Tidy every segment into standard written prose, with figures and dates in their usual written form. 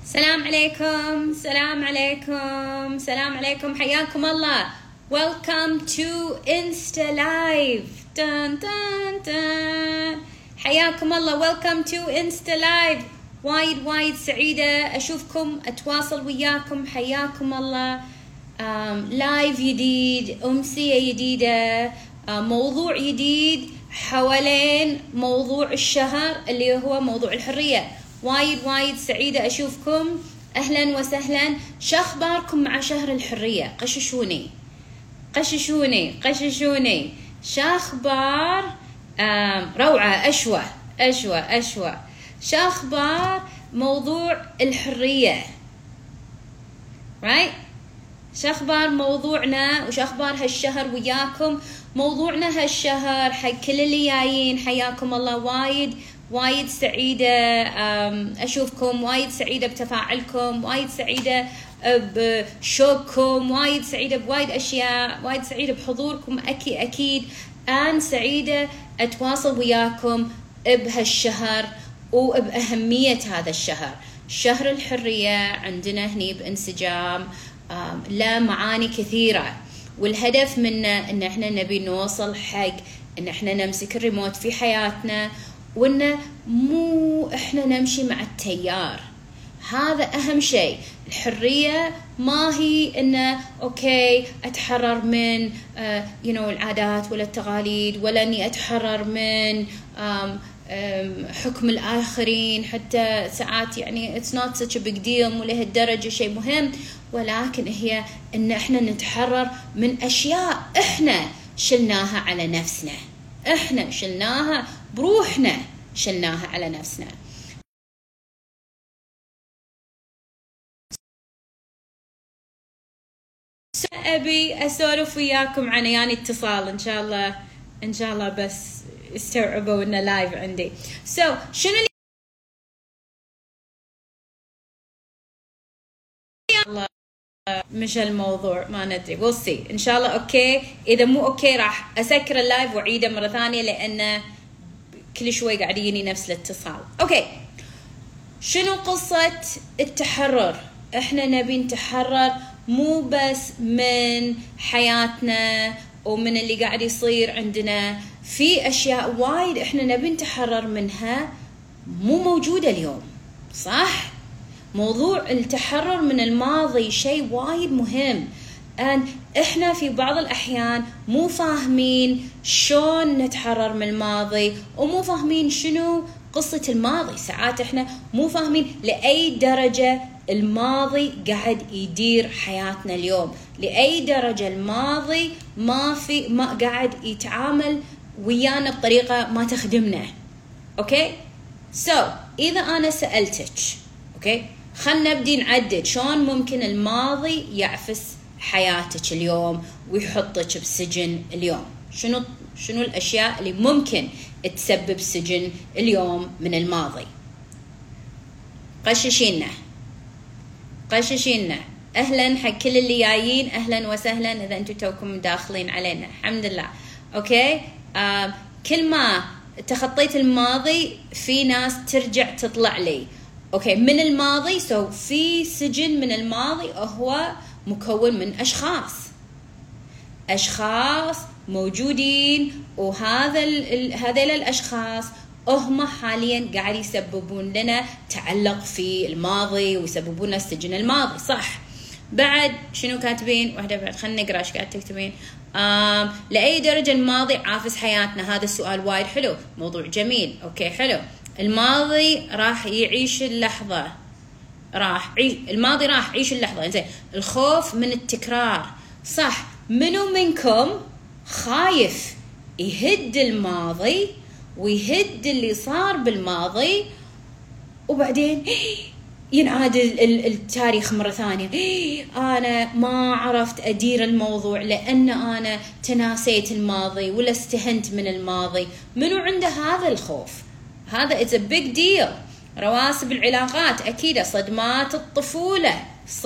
السلام عليكم، السلام عليكم، السلام عليكم، حياكم الله. Welcome to Insta Live. دان دان دان. حياكم الله. Welcome to Insta Live. وايد سعيدة أشوفكم، أتواصل وياكم. حياكم الله. لايف جديد، أمسية جديدة، موضوع جديد حوالين موضوع الشهر اللي هو موضوع الحرية. وايد سعيدة أشوفكم. أهلا وسهلا. شخباركم مع شهر الحرية؟ قششوني. شخبار؟ روعة. أشوى. شخبار موضوع الحرية، right؟ شخبار موضوعنا وشخبار هالشهر وياكم. موضوعنا هالشهر حق كل اللي جايين، حياكم الله. وايد سعيدة أشوفكم، وايد سعيدة بتفاعلكم، وايد سعيدة بشوقكم، وايد سعيدة بوايد أشياء، وايد سعيدة بحضوركم. أكيد أنا سعيدة أتواصل وياكم بهالشهر وبأهمية هذا الشهر. شهر الحرية عندنا هني بانسجام لا معاني كثيرة، والهدف منه إن احنا نبي نوصل حق إن احنا نمسك الريموت في حياتنا، وإنه مو إحنا نمشي مع التيار. هذا أهم شيء. الحرية ما هي إنه أوكي أتحرر من العادات ولا التقاليد، ولا إني أتحرر من حكم الآخرين. حتى ساعات يعني it's not such a big deal، مو لهالدرجة شيء مهم، ولكن هي إن إحنا نتحرر من أشياء إحنا شلناها على نفسنا، إحنا شلناها بروحنا، شلناها على نفسنا. أبي أسولف وياكم عن اتصال إن شاء الله بس استوعبوا إنه لايف عندي. شنو اللي الله مش الموضوع؟ ما ندري، we'll see إن شاء الله. أوكي، إذا مو أوكي راح أسكر اللايف وأعيده مرة ثانية، لأنه كل شوي قاعد يجيني نفس الاتصال. أوكي، شنو قصة التحرر؟ إحنا نبي نتحرر مو بس من حياتنا ومن اللي قاعد يصير عندنا، في أشياء وايد إحنا نبي نتحرر منها مو موجودة اليوم، صح؟ موضوع التحرر من الماضي شيء وايد مهم. إحنا في بعض الأحيان مو فاهمين شلون نتحرر من الماضي، ومو فاهمين شنو قصة الماضي. ساعات إحنا مو فاهمين لأي درجة الماضي قاعد يدير حياتنا اليوم، لأي درجة الماضي ما قاعد يتعامل ويانا بطريقة ما تخدمنا. أوكي؟ إذا أنا سألتك، أوكي، خلنا نبدي نعدد شلون ممكن الماضي يعفس حياتك اليوم ويحطك بسجن اليوم. شنو الأشياء اللي ممكن تسبب سجن اليوم من الماضي؟ قششينا. أهلا حق كل اللي جايين، أهلا وسهلا. إذا أنتم توكم داخلين علينا، الحمد لله. أوكي، كل ما تخطيت الماضي في ناس ترجع تطلع لي أوكي من الماضي. في سجن من الماضي هو مكون من أشخاص موجودين، هذيل الأشخاص هم حاليا قاعد يسببون لنا تعلق في الماضي ويسببون لنا سجن الماضي، صح؟ بعد شنو كاتبين؟ واحدة بعد، خلنا نقرأ ايش قاعد تكتبين. لأي درجة الماضي عافس حياتنا؟ هذا السؤال وايد حلو، موضوع جميل. أوكي، حلو. الماضي راح يعيش اللحظة، الماضي راح يعيش اللحظة. إنزين، الخوف من التكرار، صح؟ منو منكم خايف يهد الماضي ويهد اللي صار بالماضي وبعدين ينعاد التاريخ مرة ثانية؟ أنا ما عرفت أدير الموضوع لأن أنا تناسيت الماضي ولا استهنت من الماضي. منو عنده هذا الخوف؟ هذا it's a big deal. رواسب العلاقات أكيد، صدمات الطفولة،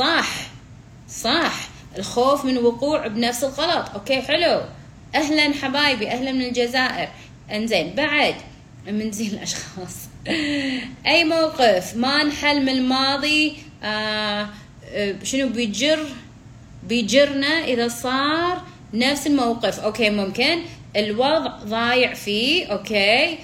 صح. الخوف من وقوع بنفس الغلط. أوكي، حلو. أهلا حبايبي، أهلا من الجزائر. انزين، بعد من زين الأشخاص أي موقف ما نحل من الماضي شنو بيجرنا إذا صار نفس الموقف. أوكي ممكن الوضع ضايع فيه. أوكي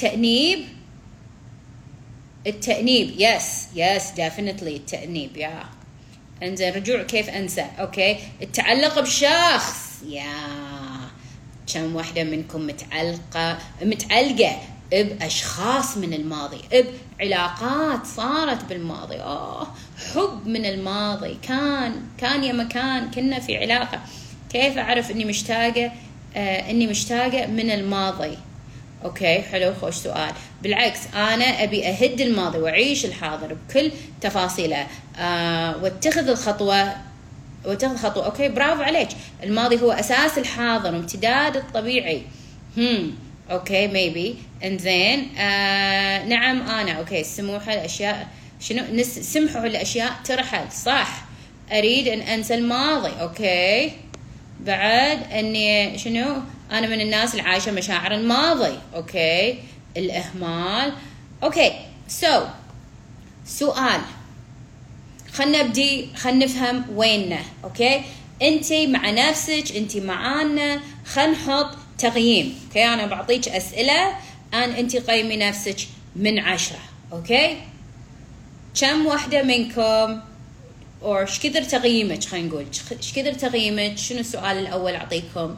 التأنيب يس definitely التأنيب يا انزين. رجوع كيف أنسى. أوكي التعلق بشخص. يا كم واحدة منكم متعلقة بأشخاص من الماضي، بعلاقات صارت بالماضي، حب من الماضي، كان يا مكان كنا في علاقة. كيف أعرف إني مشتاقة من الماضي؟ أوكي حلو، خوش سؤال. بالعكس أنا أبي أهد الماضي وأعيش الحاضر بكل تفاصيله، واتخذ الخطوة. أوكي برافو عليك. الماضي هو أساس الحاضر وامتداد الطبيعي. أوكي maybe إنزين. نعم أنا أوكي سموحة الأشياء شنو سمحوا الأشياء ترحل. صح، أريد أن أنسى الماضي. أوكي بعد أني شنو أنا من الناس اللي عايشة مشاعر الماضي. أوكي الإهمال. أوكي سؤال، خلنا نفهم ويننا. أوكي أنتي مع نفسك، أنتي معانا، خلنا نحط تقييم. أوكي أنا بعطيك أسئلة أنتي قيمي نفسك من 10. أوكي كم واحدة منكم ايش كثر تقييمك؟ خلينا نقول ايش كثر تقييمك. شنو السؤال الأول أعطيكم؟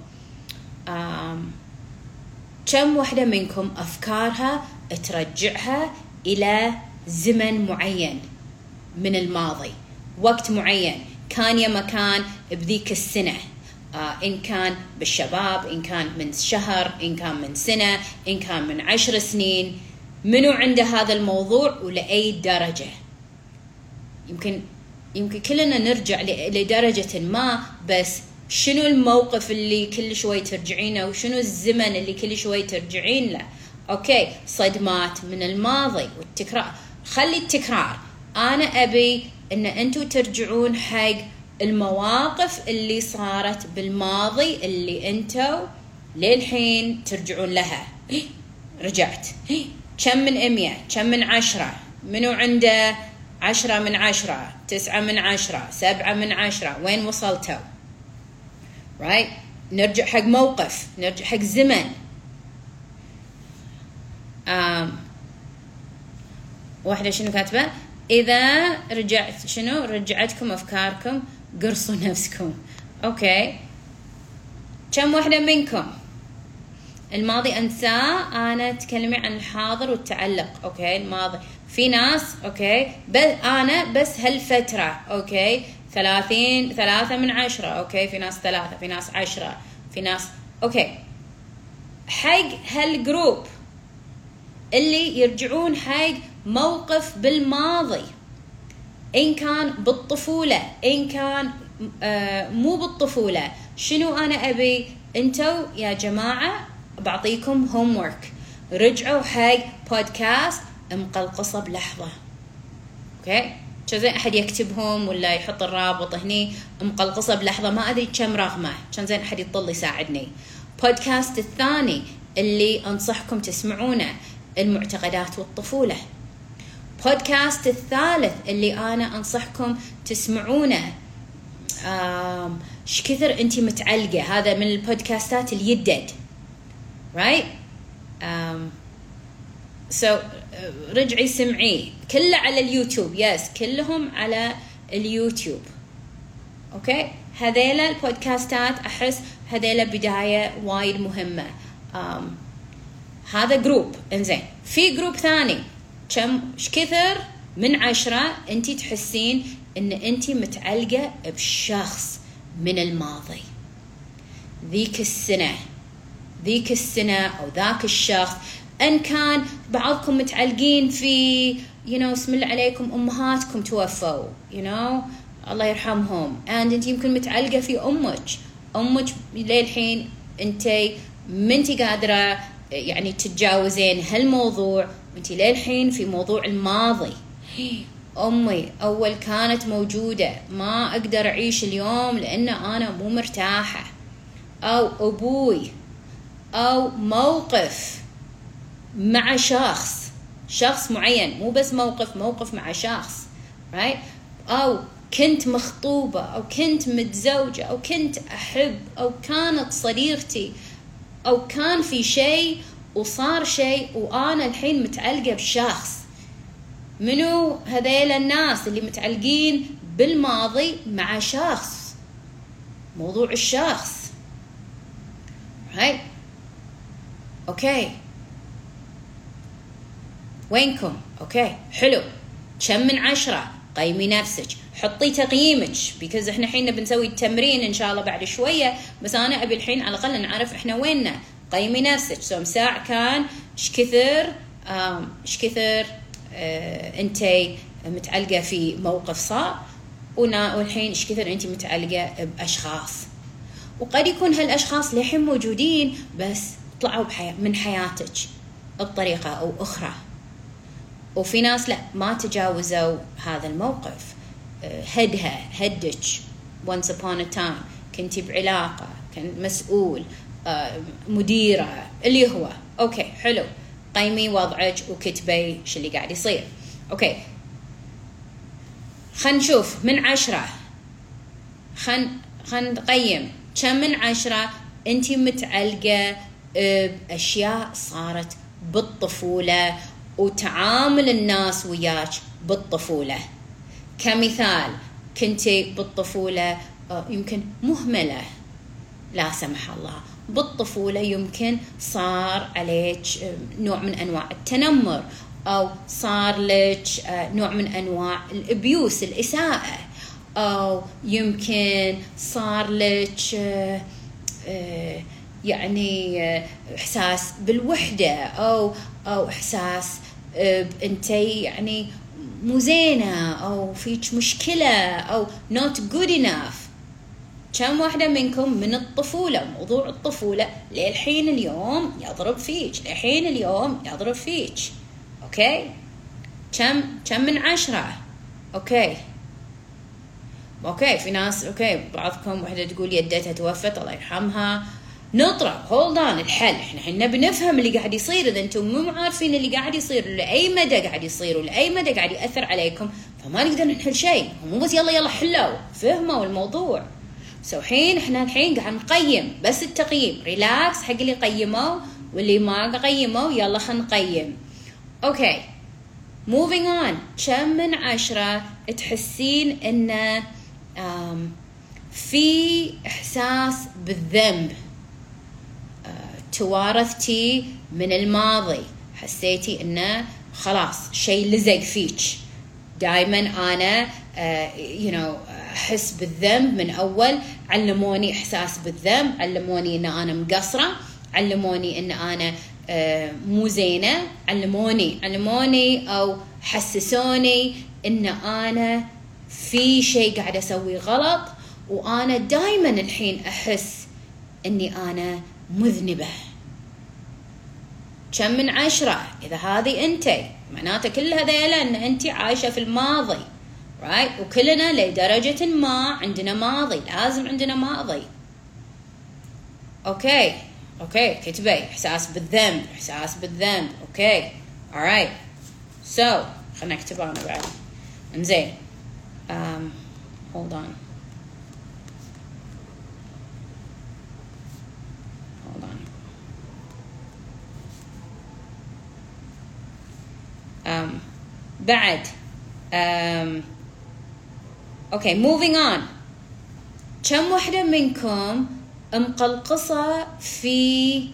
كم واحدة منكم أفكارها ترجعها إلى زمن معين من الماضي، وقت معين كان يا مكان بذيك السنة، إن كان بالشباب، إن كان من شهر، إن كان من سنة، إن كان من 10 سنين. منو عنده هذا الموضوع ولأي درجة؟ يمكن كلنا نرجع لدرجة ما، بس شنو الموقف اللي كل شوي ترجعينه، وشنو الزمن اللي كل شوي ترجعين له؟ أوكي صدمات من الماضي والتكرار. خلي التكرار، أنا أبي إن أنتوا ترجعون حق المواقف اللي صارت بالماضي اللي أنتوا للحين ترجعون لها. رجعت كم من 100، كم من 10؟ منو عنده 10 من 10، 9 من 10، 7 من 10؟ وين وصلتوا؟ right؟ نرجع حق موقف، نرجع حق زمن. واحدة شنو كاتبة؟ إذا رجعتكم أفكاركم قرصوا نفسكم. أوكي كم واحدة منكم الماضي أنساه؟ أنا تكلمي عن الحاضر والتعلق. أوكي الماضي في ناس أوكي بس هالفترة. أوكي 3 من 10. أوكي في ناس 3، في ناس 10، في ناس أوكي. حق هالجروب اللي يرجعون حق موقف بالماضي، إن كان بالطفولة، إن كان مو بالطفولة. شنو أنا أبي؟ أنتوا يا جماعة بعطيكم homework. رجعوا حق بودكاست مقلقصة بلحظة. أوكي كذا أحد يكتبهم ولا يحط الرابط هني. مقلقصة بلحظة ما أدري كم رقمه، كان زين أحد يطل يساعدني. بودكاست الثاني اللي أنصحكم تسمعونه المعتقدات والطفولة. بودكاست الثالث اللي أنا أنصحكم تسمعونه ايش كثر أنتي متعلقة. هذا من البودكاستات اليدد right. رجعي سمعي كله على اليوتيوب. كلهم على اليوتيوب. أوكي هذيلا البودكاستات أحس هذيلا بداية وايد مهمة. هذا جروب. إنزين في جروب ثاني، ايش كثر من 10 أنتي تحسين إن أنتي متعلقة بشخص من الماضي، ذيك السنة أو ذاك الشخص. أن كان بعضكم متعلقين في اسم الله عليكم أمهاتكم توفوا الله يرحمهم، أنت يمكن متعلقة في أمك للحين أنتي منتي قادرة تتجاوزين هالموضوع، أنتي للحين في موضوع الماضي. أمي أول كانت موجودة، ما أقدر أعيش اليوم لأن أنا مو مرتاحة. أو أبوي، أو موقف مع شخص معين، مو بس موقف مع شخص right. أو كنت مخطوبة، أو كنت متزوجة، أو كنت أحب، أو كانت صديقتي، أو كان في شيء وصار شيء وأنا الحين متعلقة بشخص. منو هذيل الناس اللي متعلقين بالماضي مع شخص؟ موضوع الشخص. هاي أوكي، وينكم؟ أوكي حلو. كم من 10؟ قيمي نفسك، حطي تقييمك، because احنا الحين بنسوي التمرين ان شاء الله بعد شويه، بس انا ابي الحين على الاقل نعرف احنا ويننا. قيمي نفسك. سو مساع كان ايش كثر انتي متعلقه في موقف صار، والحين ايش كثر انتي متعلقه باشخاص، وقد يكون هالاشخاص للحين موجودين بس طلعوا من حياتك بطريقه او اخرى، وفي ناس لا ما تجاوزوا هذا الموقف. هدك once upon a time، كنتي بعلاقة، كان مسؤول، مديرة، اللي هو أوكي حلو. قيمي وضعك وكتبي شو اللي قاعد يصير. أوكي خلينا نشوف من 10. خلينا نقيم كم من 10 أنتي متعلقة بأشياء صارت بالطفولة وتعامل الناس وياك بالطفولة. كمثال كنتي بالطفولة يمكن مهملة لا سمح الله، بالطفولة يمكن صار عليك نوع من أنواع التنمر، أو صار لك نوع من أنواع الأبيوس، الإساءة، أو يمكن صار لك يعني إحساس بالوحدة، أو إحساس أنتي يعني مو زينة، أو فيك مشكلة، أو not good enough. كم واحدة منكم من الطفولة، موضوع الطفولة للحين اليوم يضرب فيك، للحين اليوم يضرب فيك؟ أوكي كم من 10؟ أوكي في ناس أوكي بعضكم واحدة تقول يدتها توفت الله يرحمها. نطرق هولد اون الحل. احنا بنفهم اللي قاعد يصير. اذا انتم مو عارفين اللي قاعد يصير لاي مدى قاعد يصير ولاي مدى قاعد ياثر عليكم، فما نقدر نحل شيء. مو بس يلا حلوا فهموا الموضوع. حين احنا الحين قاعد نقيم، بس التقييم ريلاكس حق اللي قيموا، واللي ما قيموا يلا خلينا نقيم. اوكي موفينج اون. كم من 10 تحسين ان في احساس بالذنب، توارثتي من الماضي، حسيتي انه خلاص شيء لزق فيك؟ دائما انا احس بالذنب من اول. علموني احساس بالذنب، علموني ان انا مقصره، علموني ان انا مو زينه، علموني او حسسوني ان انا في شيء قاعده اسوي غلط، وانا دائما الحين احس اني انا مذنبة. كم من 10؟ إذا هذه أنتي معناته كل هذيلا أن أنتي عايشة في الماضي، right؟ وكلنا لدرجة ما عندنا ماضي، لازم عندنا ماضي. أوكي كتبي إحساس بالذنب. أوكي alright. خلنا نكتب أنا بعد. إنزين hold on. بعد اوكي moving on. كم واحدة منكم مقلقصة في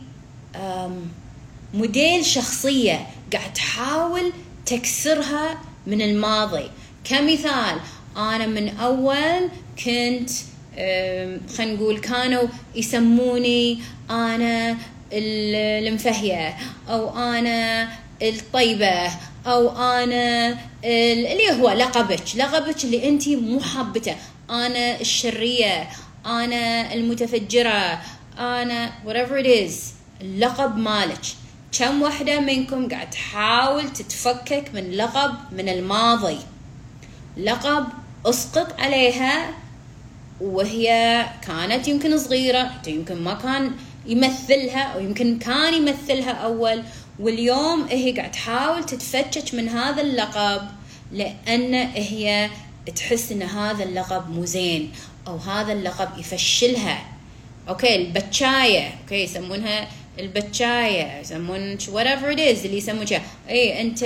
موديل شخصية قاعد تحاول تكسرها من الماضي؟ كمثال أنا من أول كنت خلينا نقول كانوا يسموني أنا المفهية، أو أنا الطيبة، أو أنا اللي هو لقبك اللي أنتي مو حابته، أنا الشرية، أنا المتفجرة، أنا whatever it is، اللقب مالك. كم واحدة منكم قاعد تحاول تتفكك من لقب من الماضي؟ لقب أسقط عليها وهي كانت يمكن صغيرة، يمكن ما كان يمثلها، أو يمكن كان يمثلها أول، واليوم هي قاعد تحاول تتفكك من هذا اللقب لأن هي تحس ان هذا اللقب مو زين او هذا اللقب يفشلها. اوكي البتشاية، اوكي يسمونها البتشاية، يسمون whatever it is اللي يسمونها، اي انت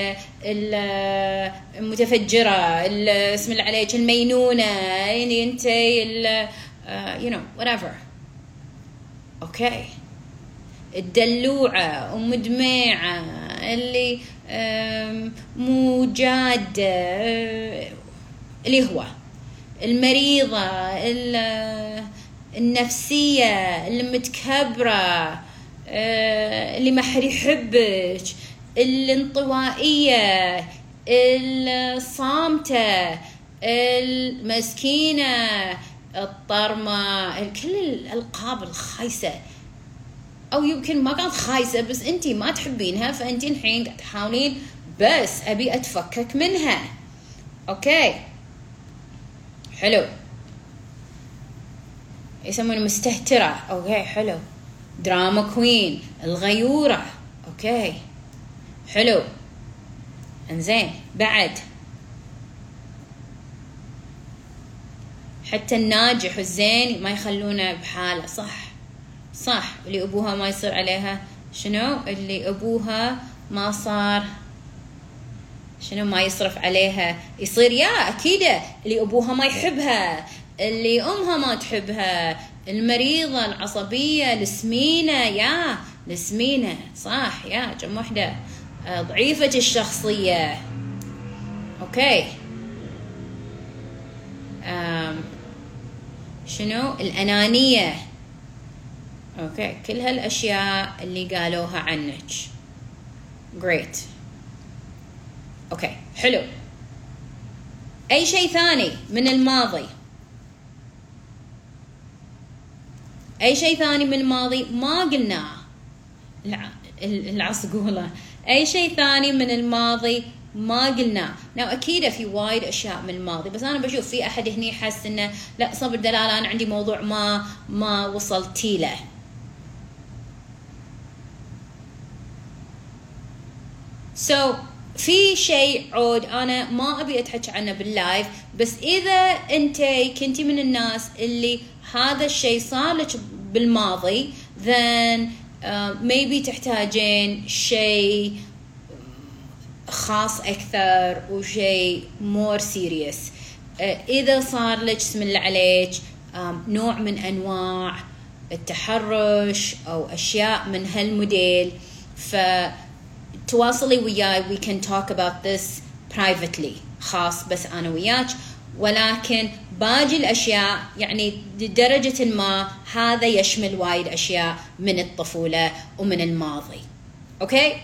المتفجرة، اسم الله عليك المينونة، يعني انت you know whatever. اوكي الدلوعة ام دميعة، اللي مو جادة، اللي هو المريضة، النفسية، المتكبرة، اللي ما حد يحبك، الانطوائية، الصامتة، المسكينة، الطرمة، كل الألقاب الخايسة، أو يمكن ما كانت خايسة بس أنتي ما تحبينها، فأنتي الحين قاعد تحاولين بس أبي أتفكك منها. أوكي حلو. يسمونه مستهترة، أوكي حلو. دراما كوين، الغيورة، أوكي حلو. انزين بعد حتى الناجح والزين ما يخلونه بحاله. صح اللي أبوها ما يصير عليها شنو، اللي أبوها ما صار شنو، ما يصرف عليها، يصير يا أكيدة اللي أبوها ما يحبها، اللي أمها ما تحبها، المريضة، العصبية، السمينة صح، يا كم وحدة، ضعيفة الشخصية. أوكي شنو، الأنانية. أوكي كل هالأشياء اللي قالوها عنك. great. أوكي حلو. أي شيء ثاني من الماضي، أي شيء ثاني من الماضي ما قلناه، العصقولة، أي شيء ثاني من الماضي ما قلناه. أكيد في وايد أشياء من الماضي، بس أنا بشوف في أحد هني حس إنه لا صبر دلالة أنا عندي موضوع ما وصلتي له. في شيء عود أنا ما أبي أتحكي عنه باللايف، بس إذا أنتي كنتي من الناس اللي هذا الشيء صار لك بالماضي then maybe تحتاجين شيء خاص أكثر وشيء more serious. إذا صار لك اسم الله عليك نوع من أنواع التحرش أو أشياء من هالموديل، فتواصلي وياي we can talk about this privately، خاص بس أنا وياك. ولكن باقي الأشياء يعني لدرجة ما هذا يشمل وايد أشياء من الطفولة ومن الماضي. أوكي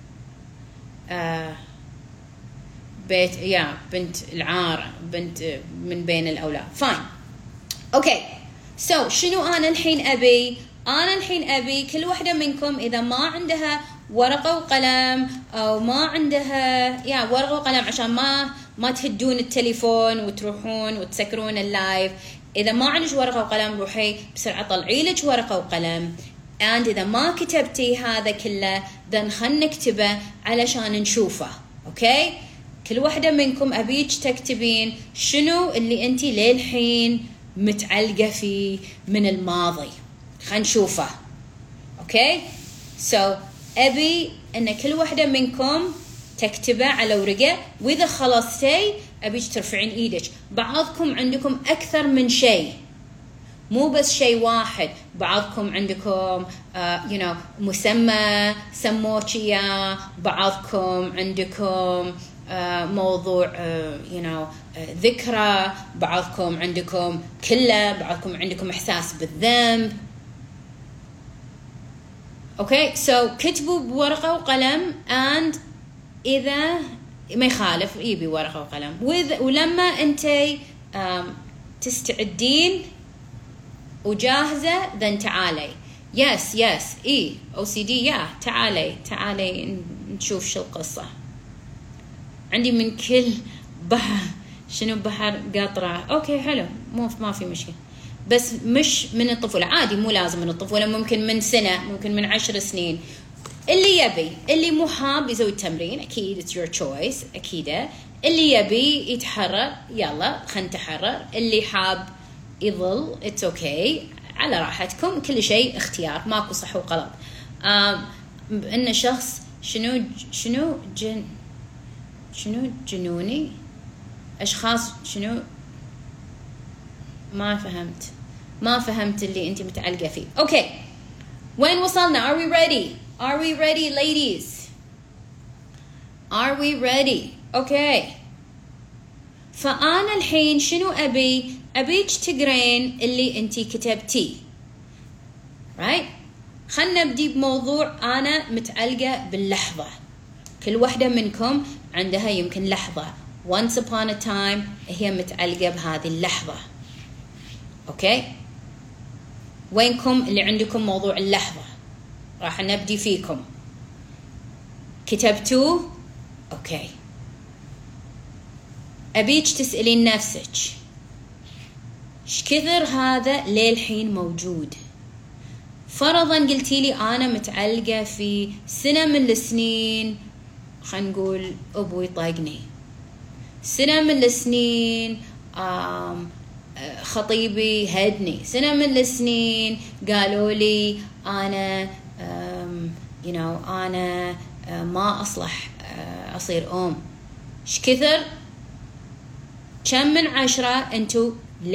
بنت العار، بنت من بين الأولاد. فاين أوكي. شنو أنا الحين أبي كل واحدة منكم إذا ما عندها ورقة وقلم أو ما عندها ورقة وقلم عشان ما تهدون التليفون وتروحون وتسكرون اللايف. إذا ما عندك ورقة وقلم روحي بسرعة طلعي لك ورقة وقلم. إذا ما كتبتي هذا كله then خلنا نكتبه علشان نشوفه. أوكي كل واحدة منكم أبيك تكتبين شنو اللي أنتي للحين متعلقة فيه من الماضي، خلنا نشوفه. أوكي أبي أن كل واحدة منكم تكتبه على ورقة، وإذا خلصتي أبيك ترفعين إيدك. بعضكم عندكم أكثر من شيء، مو بس شيء واحد، بعضكم عندكم مسمى سموكيا، بعضكم عندكم موضوع ذكرى، بعضكم عندكم كله، بعضكم عندكم إحساس بالذنب. أوكي كتبوا بورقة وقلم and إذا ما يخالف يبي ورقة وقلم. ولما أنتي تستعدين وجاهزة then تعالي. يس OCD تعالي نشوف شو القصة. عندي من كل بحر، شنو بحر قطرة. أوكي حلو، ما في مشكلة، بس مش من الطفولة، عادي مو لازم من الطفولة، ممكن من سنة، ممكن من 10 سنين. اللي يبي، اللي مو حاب يسوي التمرين أكيد it's your choice أكيدة. اللي يبي يتحرر يلا خلينا نتحرر، اللي حاب يظل اتس اوكي على راحتكم، كل شيء اختيار، ماكو صح وغلط. ان شخص شنو جنوني، اشخاص شنو، ما فهمت اللي انت متعلقه فيه. اوكي وين وصلنا؟ are we ready ladies؟ are we ready؟ اوكي فانا الحين شنو ابيك تقرين اللي انت كتبتيه right. خلنا نبدي بموضوع انا متعلقه باللحظه. كل واحده منكم عندها يمكن لحظه once upon a time هي متعلقه بهذه اللحظه. اوكي وينكم اللي عندكم موضوع اللحظه؟ راح نبدي فيكم. كتبتوه؟ اوكي ابيك تسألين نفسك ايش كثر هذا للحين موجود. فرضا قلتي لي انا متعلقه في سنه من السنين، خلينا نقول ابوي طاقني، سنه من السنين خطيبي هدني، سنه من السنين قالوا لي انا انا ما اصلح اصير ام. ايش كثر، كم من 10 انتو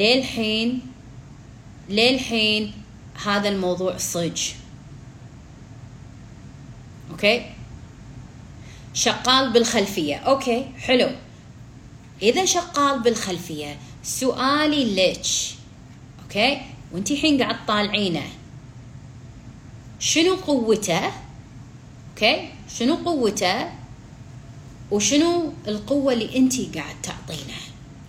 للحين هذا الموضوع صج. اوكي شغال بالخلفية. اوكي حلو، اذا شغال بالخلفية سؤالي ليش اوكي وانتي الحين قاعد تطالعينه شنو قوته؟ اوكي شنو قوته وشنو القوة اللي انتي قاعد تعطينه؟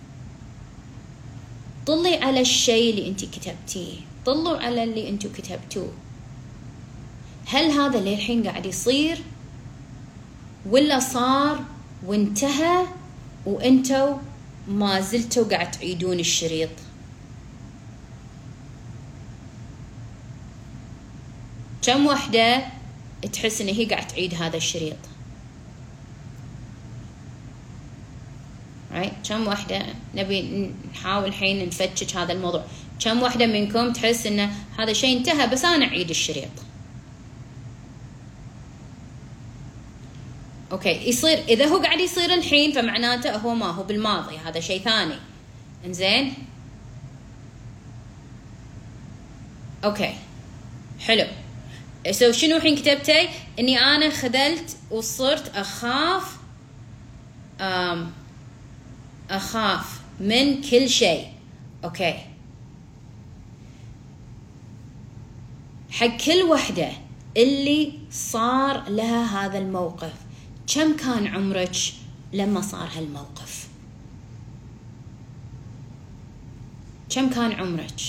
طلي على الشيء اللي انتي كتبتيه، طلوا على اللي انتو كتبتوه. هل هذا للحين قاعد يصير ولا صار وانتهى وانتو ما زلتوا قاعد تعيدون الشريط؟ كم وحدة تحس ان هي قاعد تعيد هذا الشريط؟ كم وحدة نبي نحاول الحين نفتش هذا الموضوع؟ كم وحدة منكم تحس ان هذا الشيء انتهى بس انا اعيد الشريط؟ اوكي يصير، اذا هو قاعد يصير الحين فمعناته هو ما هو بالماضي، هذا شيء ثاني. انزين اوكي حلو. شنو الحين كتبتي؟ اني انا خذلت وصرت اخاف من كل شيء. اوكي حق كل وحدة اللي صار لها هذا الموقف، كم كان عمرك لما صار هالموقف؟ كم كان عمرك؟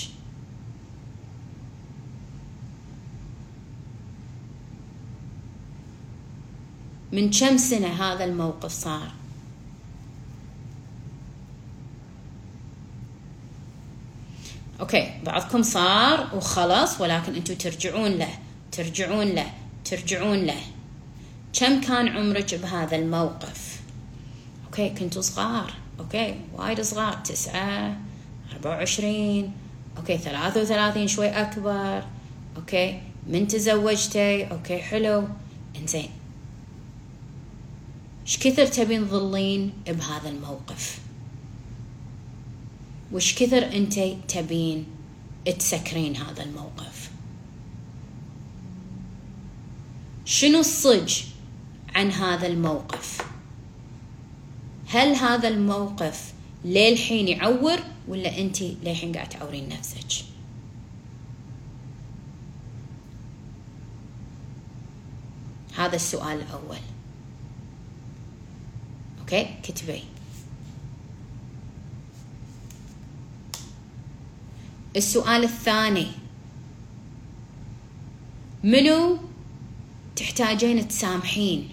من كم سنة هذا الموقف صار؟ اوكي بعضكم صار وخلص ولكن انتوا ترجعون له. كم كان عمرك بهذا الموقف؟ اوكي كنتوا صغار، اوكي وايد صغار، 9 24 اوكي 33 شوي اكبر. اوكي من تزوجتي؟ اوكي حلو. انزين ايش كثر تبين تظلين بهذا الموقف؟ وش كثر انتي تبين تسكرين هذا الموقف؟ شنو الصج عن هذا الموقف؟ هل هذا الموقف للحين يعور ولا انتي للحين قاعد تعورين نفسك؟ هذا السؤال الأول. اوكي كتبي. السؤال الثاني، منو تحتاجين تسامحين؟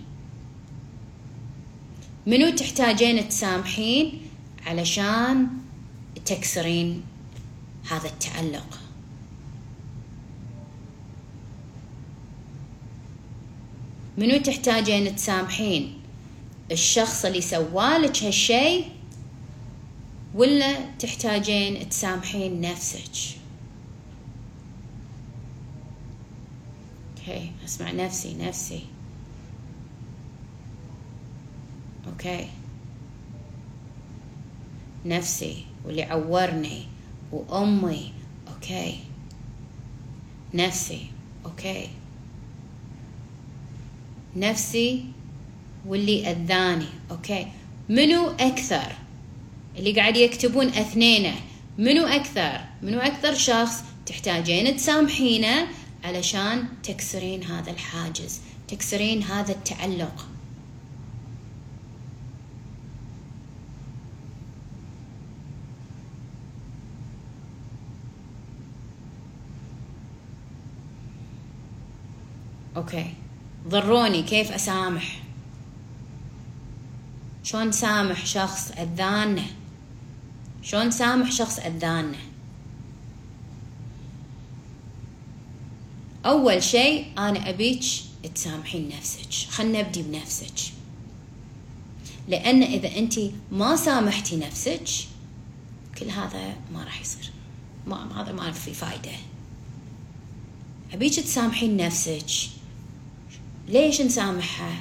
منو تحتاجين تسامحين علشان تكسرين هذا التعلق؟ منو تحتاجين تسامحين الشخص اللي سوالك هالشي، ولا تحتاجين تسامحين نفسك؟ اوكي، اسمع نفسي. اوكي، نفسي واللي عورني وامي. اوكي، نفسي. اوكي، نفسي واللي اذاني. اوكي، منو اكثر اللي قاعد يكتبون اثنينه؟ منو اكثر شخص تحتاجين تسامحينه علشان تكسرين هذا الحاجز، تكسرين هذا التعلق؟ اوكي، ضروني كيف اسامح؟ شلون سامح شخص اذانا؟ شلون سامح شخص اذانا؟ اول شيء انا ابيك تسامحين نفسك. خلنا نبدي بنفسك، لان اذا انت ما سامحتي نفسك كل هذا ما راح يصير، هذا ما في فايده. ابيك تسامحين نفسك. ليش نسامحها؟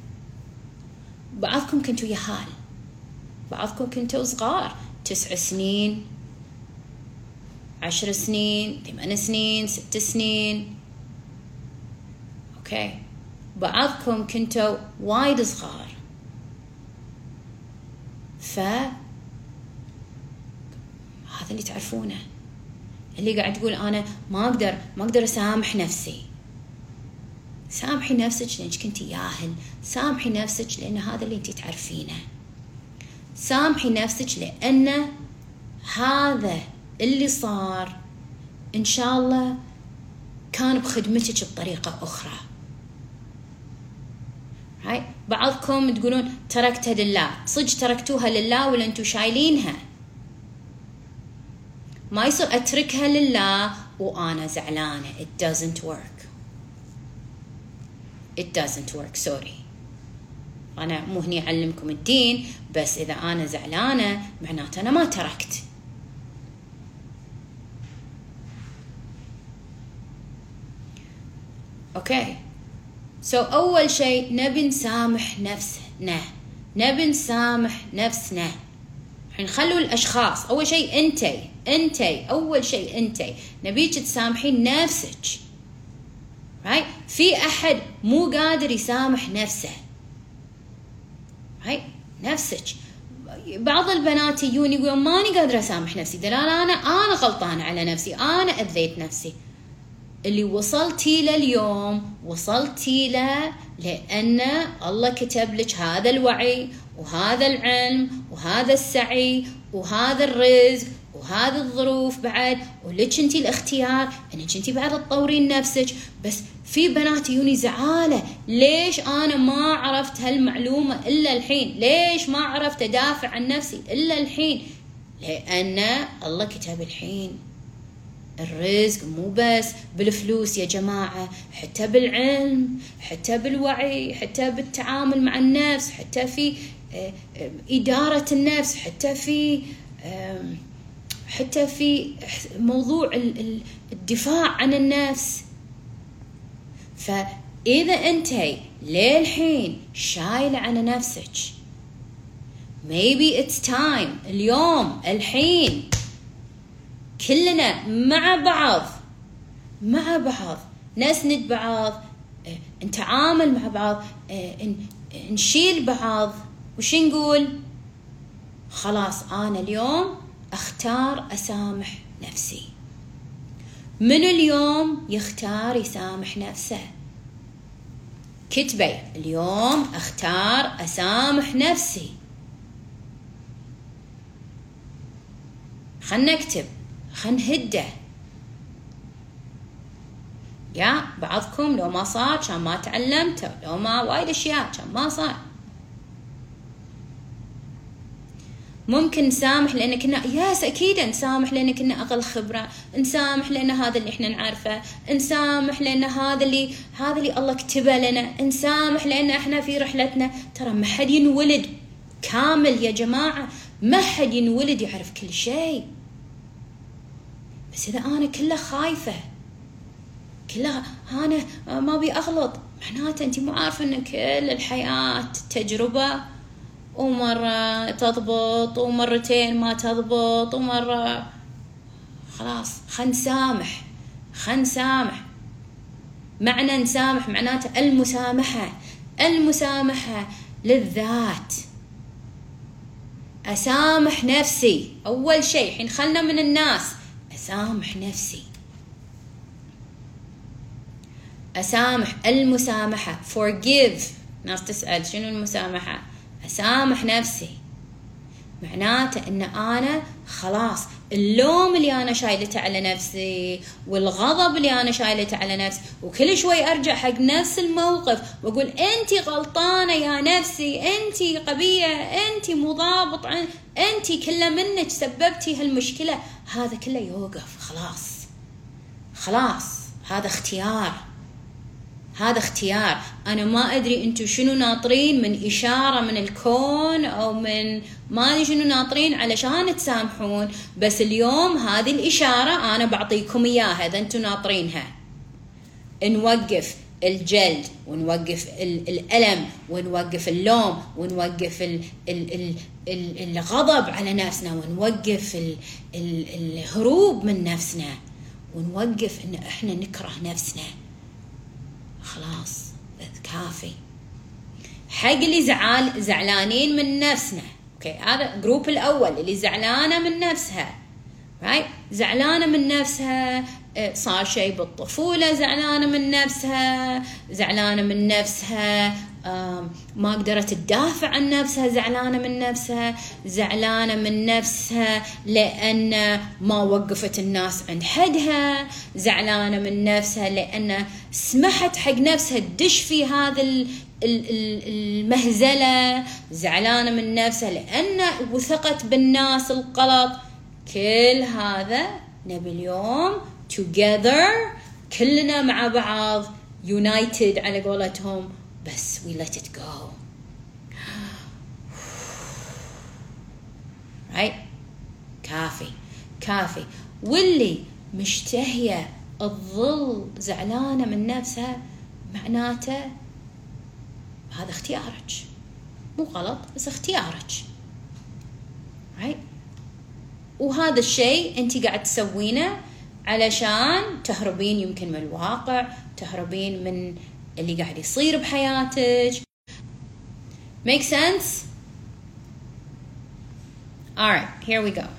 بعضكم كنتوا يهال، بعضكم كنتوا صغار، 9 سنين، 10 سنين، 8 سنين، 6 سنين. اوكي، بعضكم كنتوا وايد صغار، هذا اللي تعرفونه. اللي قاعد تقول انا ما اقدر اسامح نفسي. سامحي نفسك لانك كنتي ياهل، سامحي نفسك لان هذا اللي انتي تعرفينه، سامحي نفسك لان هذا اللي صار ان شاء الله كان بخدمتك بطريقة اخرى. بعضكم تقولون تركتها لله. صدق تركتوها لله ولا انتو شايلينها؟ ما يصير اتركها لله وانا زعلانة. It doesn't work. It doesn't work. sorry. أنا مو هني أعلمكم الدين، بس إذا أنا زعلانة معناته أنا ما تركت. أوكي. أول شيء نبي نسامح نفسنا، نبي نسامح نفسنا. الحين خلوا الأشخاص. أول شيء أنتي أول شيء أنتي نبيك تسامحين نفسك. في أحد مو قادر يسامح نفسه. نفسك. بعض البنات يجون يقولون ماني قادرة أسامح نفسي، دلالة أنا غلطانة على نفسي، أنا أذيت نفسي. اللي وصلتي له اليوم وصلتي له لأن الله كتب لك هذا الوعي وهذا العلم وهذا السعي وهذا الرزق وهذه الظروف بعد، ولك انتي الاختيار انك انتي بعد تطورين نفسك. بس في بنات يوني زعالة، ليش انا ما عرفت هالمعلومة الا الحين؟ ليش ما عرفت ادافع عن نفسي الا الحين؟ لان الله كتب الحين. الرزق مو بس بالفلوس يا جماعة، حتى بالعلم، حتى بالوعي، حتى بالتعامل مع النفس، حتى في إدارة النفس، حتى في موضوع الدفاع عن النفس. فإذا أنتي للحين شايلة عن نفسك، maybe it's time اليوم الحين كلنا مع بعض نسند بعض، نتعامل مع بعض، نشيل بعض. وش نقول؟ خلاص أنا اليوم أختار أسامح نفسي. من اليوم يختار يسامح نفسه؟ كتبي اليوم أختار أسامح نفسي. خلنا نكتب، خلنا نهده. يا بعضكم لو ما صار كان ما تعلمت، لو ما وايد أشياء كان ما صار. ممكن نسامح لأن كنا ياس أكيد نسامح لأن كنا أقل خبرة، نسامح لأن هذا اللي إحنا نعرفه، نسامح لأن هذا اللي الله كتبه لنا، نسامح لأن إحنا في رحلتنا. ترى ما حد ينولد كامل يا جماعة، ما حد ينولد يعرف كل شيء. بس إذا أنا كله خايفة، كلها أنا ما بي أغلط، معناته أنت مو عارفة إن كل الحياة تجربة، ومرة تضبط ومرتين ما تضبط ومرة خلاص. خلنا نسامح. معنى نسامح معناته المسامحة للذات. أسامح نفسي أول شيء. حين خلنا من الناس، أسامح نفسي، أسامح. المسامحة forgive. ناس تسأل شنو المسامحة؟ أسامح نفسي معناته إن أنا خلاص اللوم اللي أنا شايلته على نفسي والغضب اللي أنا شايلته على نفسي، وكل شوي أرجع حق نفس الموقف وأقول أنتي غلطانة يا نفسي، أنتي قبية، أنتي مو ضابط، أنتي كله منك سببتي هالمشكلة. هذا كله يوقف خلاص. هذا اختيار. أنا ما أدري أنتوا شنو ناطرين من إشارة من الكون أو من ما أدري شنو ناطرين علشان تسامحون، بس اليوم هذه الإشارة أنا بعطيكم إياها إذا أنتوا ناطرينها. نوقف الجلد، ونوقف الألم، ونوقف اللوم، ونوقف الغضب على نفسنا، ونوقف الهروب من نفسنا، ونوقف إن إحنا نكره نفسنا. خلاص كافي. حق اللي زعلانين من نفسنا، اوكي، هذا جروب الاول اللي زعلانه من نفسها، رايت، زعلانه من نفسها، صار شيء بالطفوله، زعلانه من نفسها، ما قدرت تدافع عن نفسها، زعلانه من نفسها لأن ما وقفت الناس عند حدها، زعلانه من نفسها لأن سمحت حق نفسها تدش في هذا المهزله، زعلانه من نفسها لأن وثقت بالناس الغلط. كل هذا نبي اليوم together كلنا مع بعض united على قولتهم، بس we let it go. right؟ كافي. واللي مشتهية الظل زعلانة من نفسها معناته هذا اختيارك، مو غلط بس اختيارك. right؟ وهذا الشيء انت قاعد تسوينه علشان تهربين يمكن من الواقع، تهربين من اللي قاعد يصير بحياتك. make sense? alright, here we go.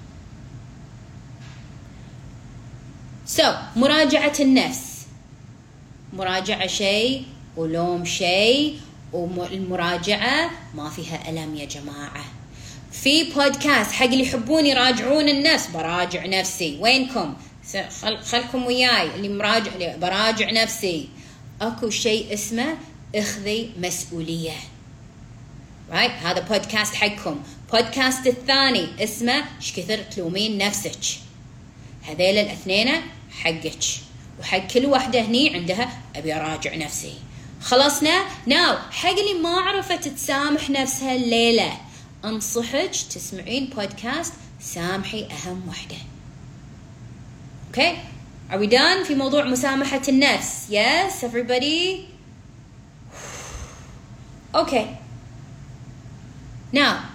so مراجعة النفس، مراجعة شيء ولوم شيء، والمراجعة ما فيها ألم يا جماعة. في بودكاست حق اللي يحبون يراجعون النفس، براجع نفسي، وينكم؟ خلكم وياي اللي مراجع، اللي براجع نفسي. اكو شيء اسمه اخذي مسؤولية. رايت؟ هذا بودكاست حقكم. بودكاست الثاني اسمه ايش كثر تلومين نفسك. هذيل الاثنين حقك، وحق كل واحدة هني عندها ابي اراجع نفسي. خلصنا؟ ناو حق اللي ما عرفت تسامح نفسها الليلة، انصحك تسمعين بودكاست سامحي اهم وحدة. اوكي؟ Are we done في موضوع مسامحة النفس؟ Yes, everybody? Okay. Now,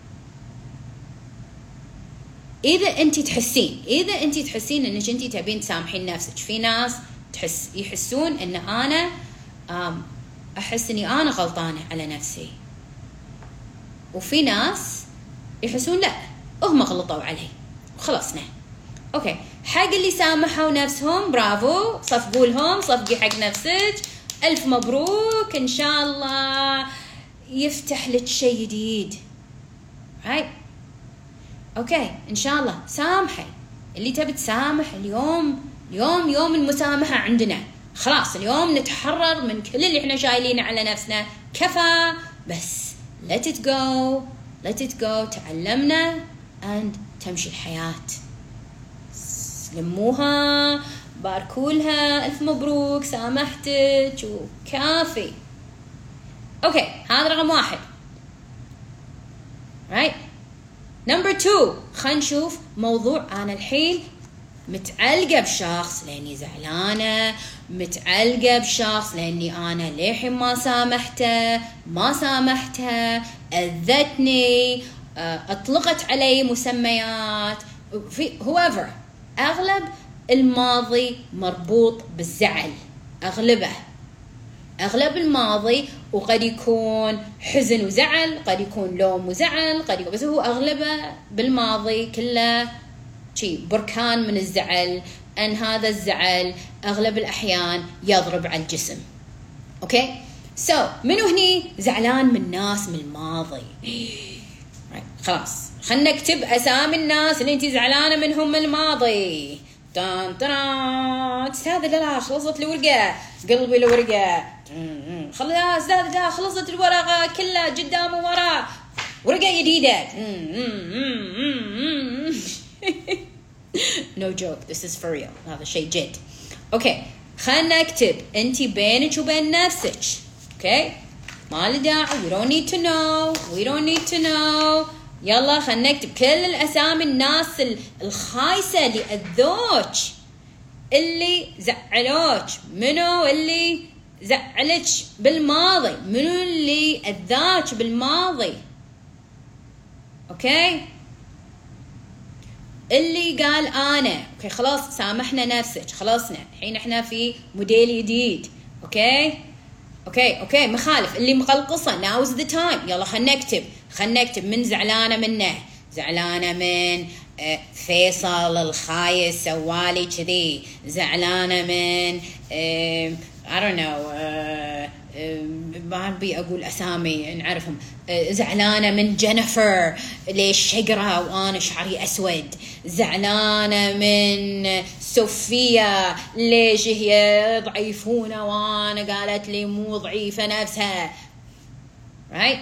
إذا أنت تحسين إنك أنت تبين تسامحين نفسك، في ناس يحسون إن أنا أحس إني أنا غلطانة على نفسي، وفي ناس يحسون لا هم غلطوا علي وخلصنا. اوكي، حق اللي سامحوا نفسهم برافو، صفقوا لهم، صفقي حق نفسك، الف مبروك، ان شاء الله يفتح لك شيء جديد. رايت؟ اوكي، ان شاء الله سامحي اللي تبي تسامح. اليوم يوم المسامحة عندنا، خلاص اليوم نتحرر من كل اللي احنا شايلينه على نفسنا، كفى، بس let it go. let it go. تعلمنا and تمشي الحياة. لموها، باركولها، ألف مبروك، سامحتك وكافي. أوكي، هذا رقم 1. right. number 2، خلينا نشوف موضوع أنا الحين متعلقة بشخص لأني زعلانة، متعلقة بشخص لأني أنا للحين ما سامحتها، أذتني، أطلقت علي مسميات، في whoever. أغلب الماضي مربوط بالزعل، أغلب الماضي، وقد يكون حزن وزعل، قد يكون لوم وزعل، قد يكون، بس هو أغلبه بالماضي كله شيء بركان من الزعل. أن هذا الزعل أغلب الأحيان يضرب على الجسم. أوكي؟ منو هني زعلان من ناس من الماضي؟ خلاص، خلنا نكتب أسامي الناس اللي أنتي زعلانة منهم من الماضي. أستاذ لا خلصت الورقة، قلبي الورقة. خلاص أستاذ لا خلصت الورقة كلها قدام وورا، ورقة جديدة. No joke, this is for real. هذا شيء جد. أوكي، خلنا نكتب أنتي بينك وبين نفسك. أوكي، ما له داعي. We don't need to know. يلا خلنا نكتب كل الأسامي الناس الخايسة اللي أذوك، اللي زعلوك. منو اللي زعلك بالماضي؟ منو اللي أذاك بالماضي؟ أوكي، اللي قال أنا أوكي خلاص سامحنا نفسك، خلصنا الحين إحنا في موديل جديد. أوكي مخالف، اللي مقلقصة now's the time. يلا خلنا نكتب من زعلانة منه، زعلانة من فيصل الخايس سوالي كذي، زعلانة من I don't know ما أبي أقول أسامي نعرفهم. زعلانة من جينيفر ليش شقرة وأنا شعري أسود، زعلانة من صوفيا ليش هي ضعيفونة وأنا قالت لي مو ضعيفة نفسها. right.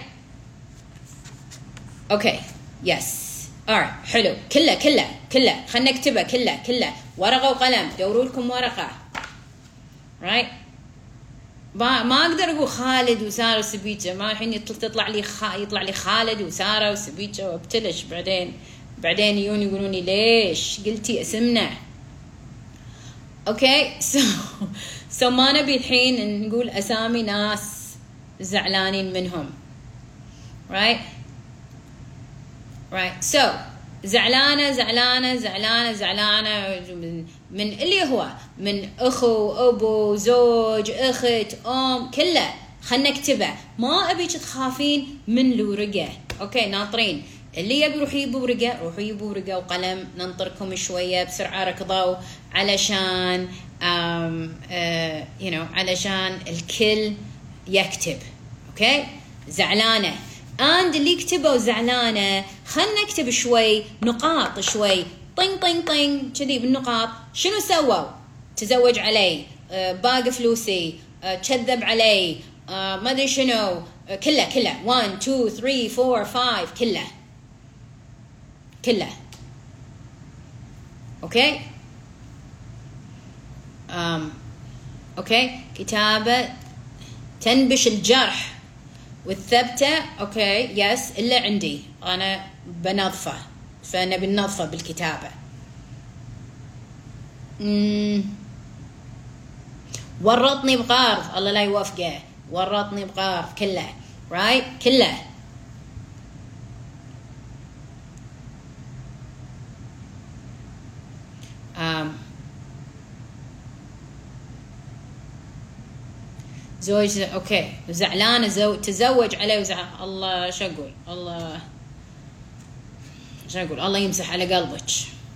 okay yes alright حلو. كله خلنا نكتبها كله ورقة وقلم، دوروا لكم ورقة. right. ما اقدر اقول خالد وساره وسبيتشا، ما الحين يطلع لي خالد وساره وسبيتشا وابتلش، بعدين يجون يقولون لي ليش قلتي اسمنا. اوكي سو ما نبي الحين نقول اسامي ناس زعلانين منهم. right so زعلانة من اللي هو من أخو، أبو، زوج، أخت، أم، كله خلنا نكتبه. ما أبيك تخافين من الورقة. أوكي ناطرين اللي يبي روحوا يجيبوا ورقة وقلم. ننطركم شوية بسرعة، ركضوا علشان علشان الكل يكتب. أوكي زعلانة and اللي كتبوا زعلانة خلنا نكتب شوي نقاط، شوي طين كذي بالنقاط. شنو سووا؟ تزوج علي، باقي فلوسي، كذب علي، ما ادري شنو، كله 1 2 3 4 5 كله. اوكي اوكي كتابة تنبش الجرح والثبتة. اوكي يس الا عندي انا بنظفه، فنبي ننظفه بالكتابة. ورطني بقارض، الله لا يوفقه، ورطني بقارض كله. رايت كله. زوج اوكي زعلانه تزوج عليه الله شو اقول، الله يمسح على قلبك.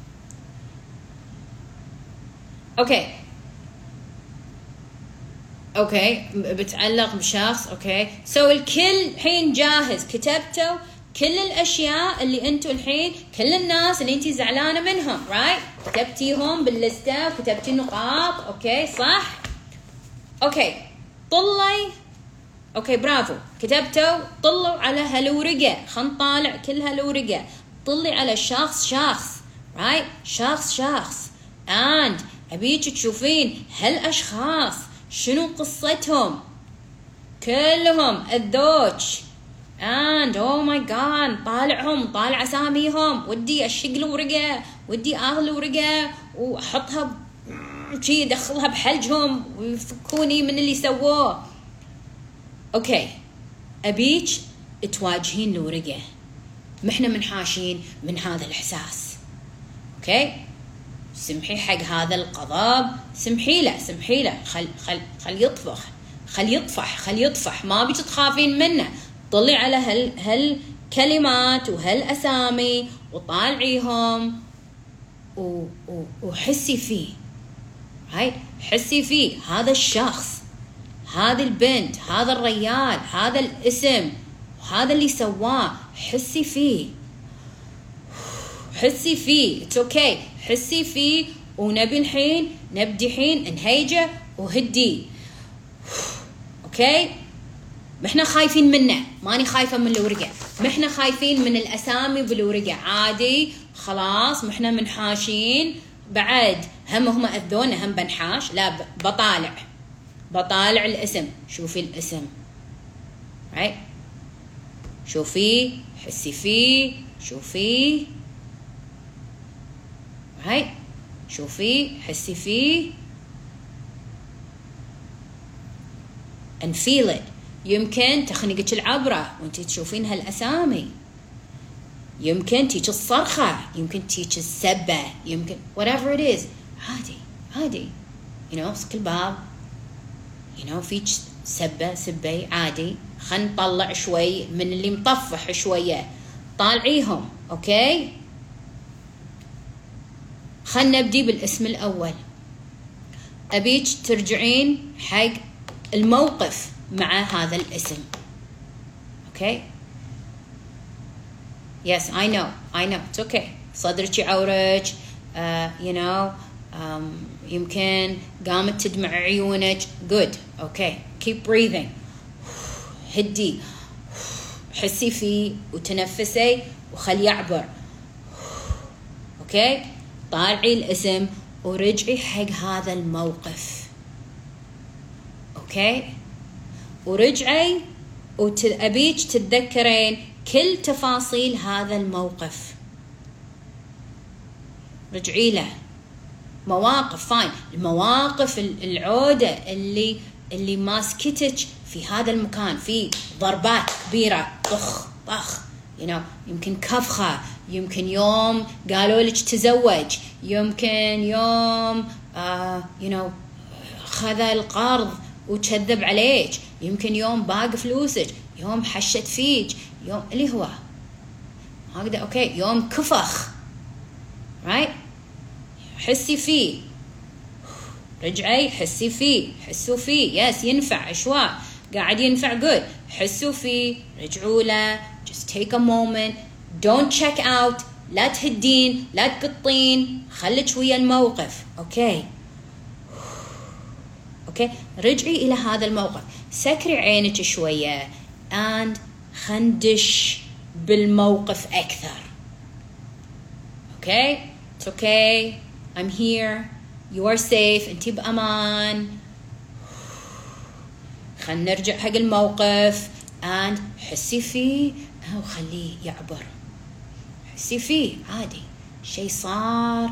اوكي بتعلق بشخص. اوكي سو الكل الحين جاهز، كتبتوا كل الاشياء اللي انتوا الحين، كل الناس اللي انتي زعلانه منهم. رايت كتبتيهم باللسته وكتبتي النقاط. اوكي صح. اوكي طلي. اوكي برافو، كتبتوا طلوا على هالورقة، خلينا نطالع كل هالورقة. طلي على شخص رايت، شخص and ابيك تشوفين هالاشخاص شنو قصتهم كلهم الذوج and oh my god طالعهم، طالع اساميهم. ودي اشق الورقة، ودي اخذ الورقة واحطها شي ادخلها بحلجهم ويفكوني من اللي سووه. اوكي ابيك تواجهين الورقة، محنا منحاشين من هذا الاحساس. اوكي سمحي حق هذا الغضب، سمحي له، خل يطفح، ما بيك تخافين منه. طلي على هالكلمات وهالاسامي وطالعيهم وحسي فيه. هاي حسي فيه، هذا الشخص، هذه البنت، هذا الرجال، هذا الاسم، هذا اللي سواه. حسي فيه it's okay. حسي فيه ونبي الحين نبدي حين نهيجه وهدي. اوكي محنا خايفين منه، ماني خايفة من الورقة، محنا خايفين من الأسامي بالورقة. عادي خلاص محنا منحاشين بعد، هم أذونا هم بنحاش. لا بطالع الاسم. شوفي الاسم right. شوفيه، حسي فيه، شوفيه right. شوفيه، حسي فيه and feel it. يمكن تخنقك العبرة وانتي تشوفين هالأسامي، يمكن تيجي الصرخة، يمكن تيجي السبة، يمكن whatever it is. عادي امسك الباب فيك سبة عادي. خلنا نطلع شوي من اللي مطفح شوية، طالعيهم. اوكي خلنا نبدي بالاسم الأول. أبيك ترجعين حق الموقف مع هذا الاسم. اوكي yes I know it's okay. صدرك يعورك يمكن قامت تدمع عيونك. good okay keep breathing. هدي، حسي فيه وتنفسي وخلي يعبر. اوكي طالعي الاسم ورجعي حق هذا الموقف. اوكي ورجعي وأبيك تتذكرين كل تفاصيل هذا الموقف. رجعي له مواقف فاين، المواقف العودة اللي ماسكتك في هذا المكان، في ضربات كبيرة طخ يمكن كفخة، يمكن يوم قالوا لك تزوج، يمكن يوم خذ القرض وتكذب عليك، يمكن يوم باق فلوسك، يوم حشت فيك، يوم اللي هو هكذا. اوكي يوم كفخ right. حسي فيه، رجعي حسي فيه، حسوا فيه. يس ينفع اشواء، قاعد ينفع good. حسوا فيه، رجعوا له. just take a moment, don't check out. لا تهدين، لا تقطين، خليك ويا الموقف. اوكي رجعي إلى هذا الموقف، سكري عينك شوية and خندش بالموقف أكثر. اوكي it's okay I'm here, you are safe. انتي بأمان. خلنا نرجع حق الموقف and حسي فيه وخليه يعبر. حسي فيه عادي، شيء صار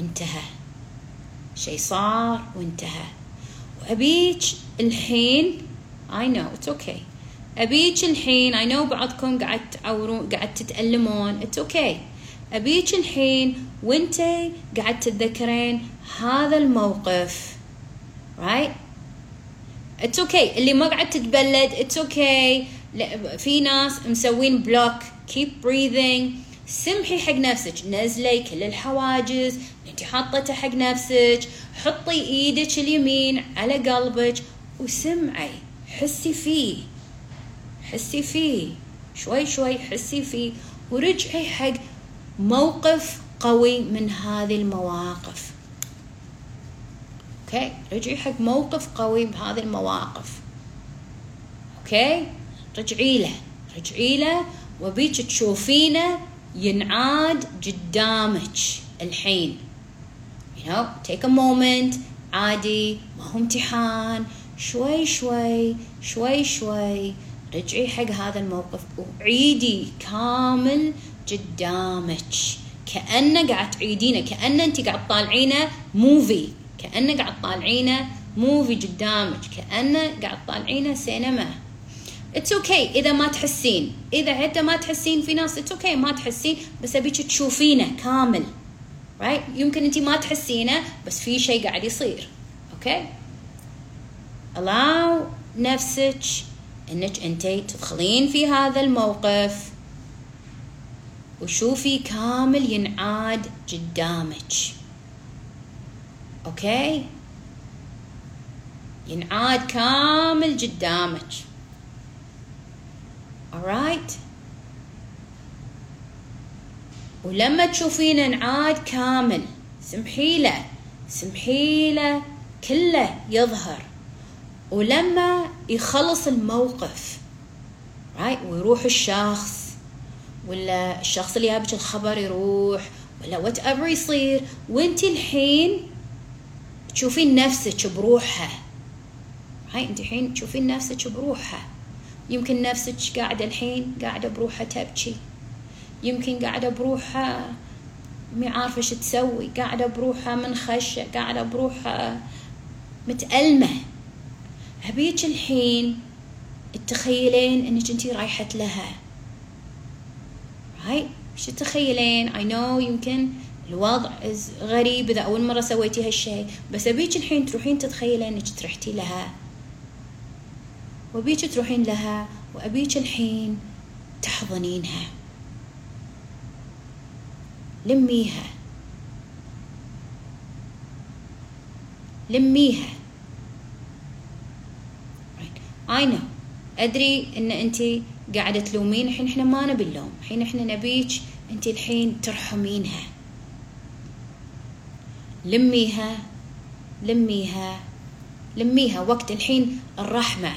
وانتهى. وأبيك الحين I know it's okay. أبيك الحين I know بعضكم قاعد تتألمون it's okay. أبيك الحين وانتي قاعد تتذكرين هذا الموقف right. it's okay. اللي ما قاعد تتبلد it's okay. في ناس مسوين block. keep breathing. سمحي حق نفسك، نزلي كل الحواجز انتي حاطتها حق نفسك. حطي ايدك اليمين على قلبك وسمعي، حسي فيه شوي حسي فيه ورجعي حق موقف قوي من هذه المواقف. اوكي رجعي حق موقف قوي بهذه المواقف. اوكي؟ رجعي له وبيك تشوفينه ينعاد قدامك الحين. you know, take a moment. عادي، ما هو امتحان. شوي شوي شوي شوي رجعي حق هذا الموقف وعيدي كامل قدامك، كأنه قاعد تعيدينه، كأنه انت قاعد تطالعينه موفي، كأنه قاعد تطالعينه موفي قدامك، كأنه قاعد تطالعينه سينما. It's okay إذا ما تحسين، إذا حتى ما تحسين، في ناس it's okay ما تحسين، بس أبيك تشوفينه كامل. right؟ يمكن أنت ما تحسينه بس في شيء قاعد يصير. okay؟ allow نفسك إنك أنت تدخلين في هذا الموقف وشوفي كامل ينعاد قدامك. okay؟ ينعاد كامل قدامك. alright؟ ولما تشوفين انعاد كامل سمحي له كله يظهر. ولما يخلص الموقف right ويروح الشخص، ولا الشخص اللي جابك الخبر يروح، ولا whatever يصير، وانتي الحين تشوفين نفسك بروحها. انتي الحين تشوفين نفسك بروحها. يمكن نفسك قاعدة الحين قاعدة بروحها تبكي، يمكن قاعدة بروحها ما عارفة ايش تسوي، قاعدة بروحها منخشة، قاعدة بروحها متألمة. أبيك الحين تتخيلين انك انتي رايحة لها. ايش تتخيلين؟ I know يمكن الوضع غريب إذا أول مرة سويتي هالشيء، بس أبيك الحين تروحين تتخيلين انك ترحتي لها، وأبيك تروحين لها، وأبيك الحين تحضنينها، لميها. I know أدري إن أنتي قاعدة تلومين، الحين إحنا ما نبي اللوم، الحين إحنا نبيك أنتي الحين ترحمينها. لميها وقت الحين الرحمة.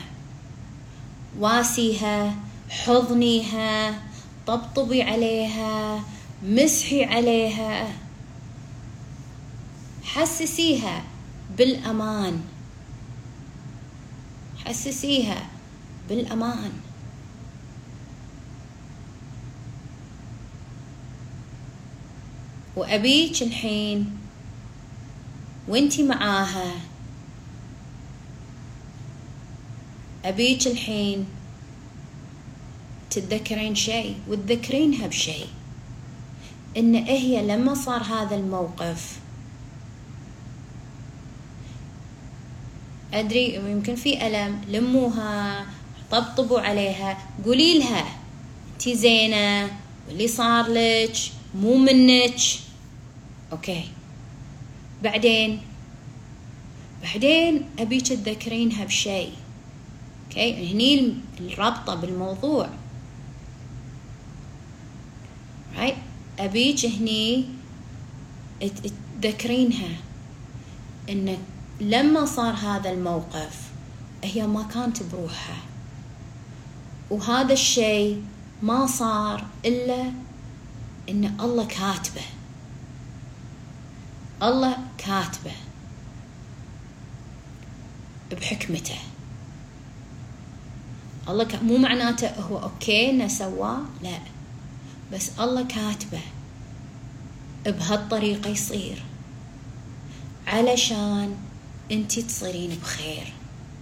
واسيها، حضنيها، طبطبي عليها، مسحي عليها، حسسيها بالأمان. وأبيك الحين وانتي معاها، أبيك الحين تتذكرين شيء وتذكرينها بشيء، إن هي لما صار هذا الموقف، أدري يمكن في ألم، لموها، طبطبوا عليها، قولي لها أنتي زينة واللي صار لك مو منك. أوكي، بعدين أبيك تذكرينها بشيء. أوكي، هني الرابطة بالموضوع. right؟ أبيك هني تذكرينها إن لما صار هذا الموقف هي ما كانت بروحها، وهذا الشيء ما صار إلا إن الله كاتبه بحكمته. الله مو معناته هو أوكي إنه سواه، لا، بس الله كاتبه بهالطريقة يصير علشان انتي تصيرين بخير.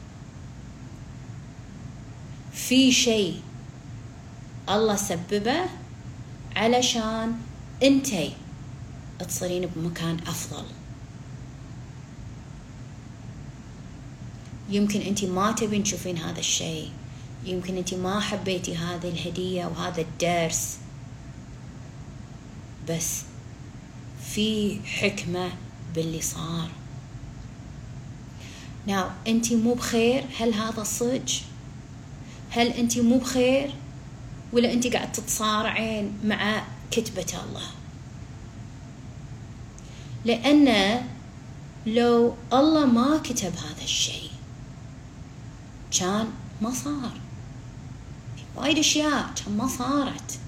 في شيء الله سببه علشان انتي تصيرين بمكان أفضل. يمكن انتي ما تبين تشوفين هذا الشيء، يمكن انتي ما حبيتي هذه الهدية وهذا الدرس، بس في حكمة باللي صار. انتي مو بخير، هل هذا صدق؟ هل انتي مو بخير، ولا انتي قاعد تتصارعين مع كتبة الله؟ لأن لو الله ما كتب هذا الشيء كان ما صار. وايد اشياء كان ما صارت.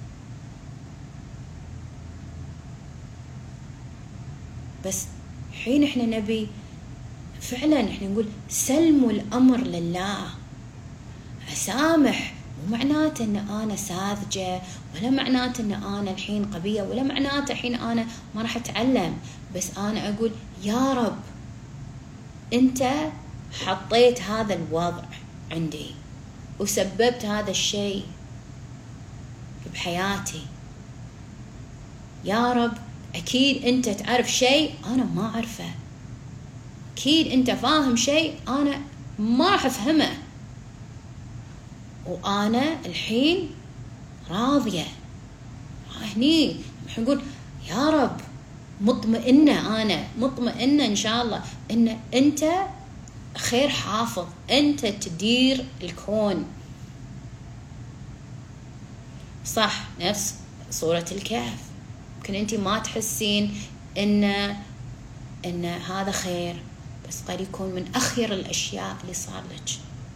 بس حين احنا نبي فعلا احنا نقول سلموا الامر لله. اسامح مو معناته ان انا ساذجه، ولا معناته ان انا الحين قويه، ولا معناته الحين انا ما راح اتعلم. بس انا اقول يا رب انت حطيت هذا الوضع عندي وسببت هذا الشيء بحياتي. يا رب اكيد انت تعرف شيء انا ما اعرفه، اكيد انت فاهم شيء انا ما راح افهمه، وانا الحين راضيه. هني نقول يا رب مطمئنه، انا مطمئنه ان شاء الله ان انت خير حافظ، انت تدير الكون. صح نفس صورة الكهف، ممكن انت ما تحسين ان هذا خير، بس قد يكون من اخير الاشياء اللي صار لك.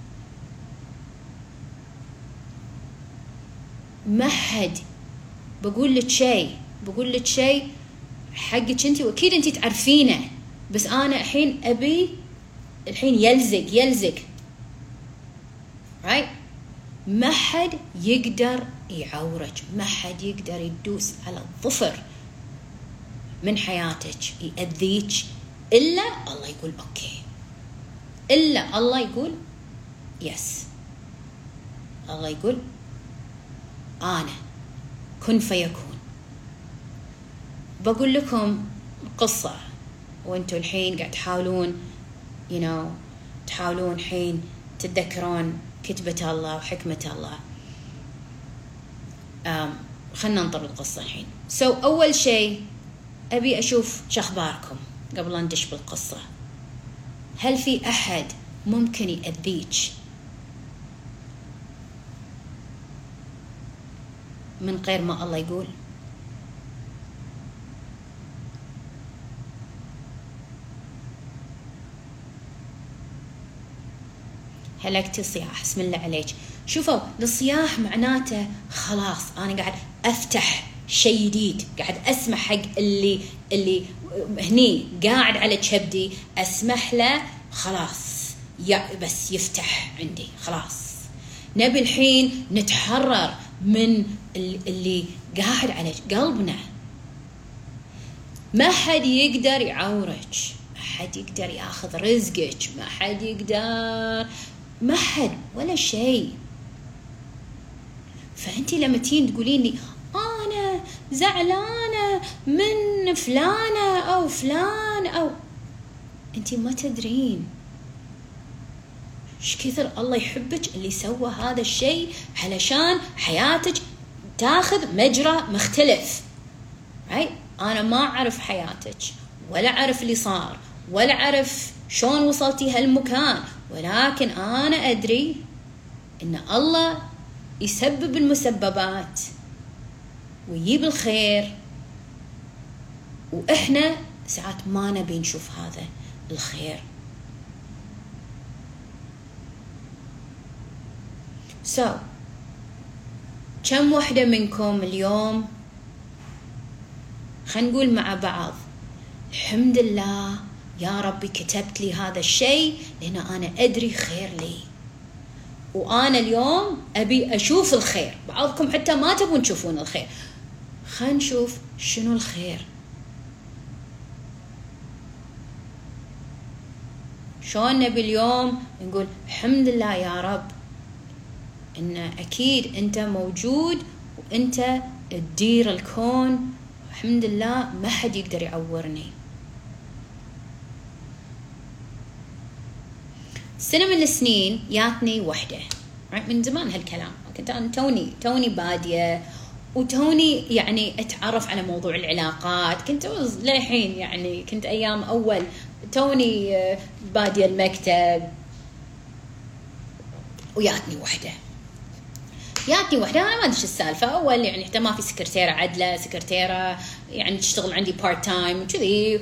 مهد بقول لك شيء حقك انت، واكيد انت تعرفينه، بس انا الحين ابي الحين يلزق right؟ ما حد يقدر يعورك، ما حد يقدر يدوس على الظفر من حياتك يأذيك إلا الله يقول أوكي، إلا الله يقول يس، الله يقول أنا كن فيكون. بقول لكم قصة وانتوا الحين قاعد تحاولون تحاولون حين تتذكرون كتبة الله وحكمة الله. خلنا ننطر القصة الحين. أول شيء أبي أشوف شخباركم قبل أن ندش بالقصة. هل في أحد ممكن يأذيك من غير ما الله يقول؟ هلكتي صياح، بسم الله عليك. شوفوا الصياح معناته خلاص أنا قاعد أفتح شيء جديد، قاعد أسمح حق اللي هني قاعد على كبدي، أسمح له خلاص بس يفتح عندي خلاص. نبي الحين نتحرر من اللي قاعد على قلبنا. ما حد يقدر يعورك، ما حد يقدر ياخذ رزقك، ما حد يقدر، ما حد ولا شيء. فأنتي لما تين تقولين لي أنا زعلانة من فلانة أو فلان، أو أنتي ما تدرين إيش كثر الله يحبك اللي سوى هذا الشيء علشان حياتك تاخذ مجرى مختلف. أنا ما أعرف حياتك، ولا أعرف اللي صار، ولا أعرف شلون وصلتي هالمكان، ولكن أنا أدري إن الله يسبب المسببات ويجيب الخير، وإحنا ساعات ما نبي نشوف هذا الخير. كم واحدة منكم اليوم خلينا نقول مع بعض الحمد لله يا ربي كتبت لي هذا الشيء لأن أنا أدري خير لي، وأنا اليوم أبي أشوف الخير. بعضكم حتى ما تبون تشوفون الخير. خلينا نشوف شنو الخير. شلون نبي اليوم نقول الحمد لله يا رب إن أكيد أنت موجود وأنت تدير الكون، الحمد لله ما حد يقدر يعورني. سنة من السنين جاتني وحدة من زمان هالكلام، كنت أنا توني بادية، وتوني يعني أتعرف على موضوع العلاقات. كنت للحين يعني كنت أيام أول توني بادية المكتب، وياتني وحدة أنا ما أدري السالفة. أول يعني حتى ما في سكرتيرة عدلة، سكرتيرة يعني تشتغل عندي بارت تايم وكذي،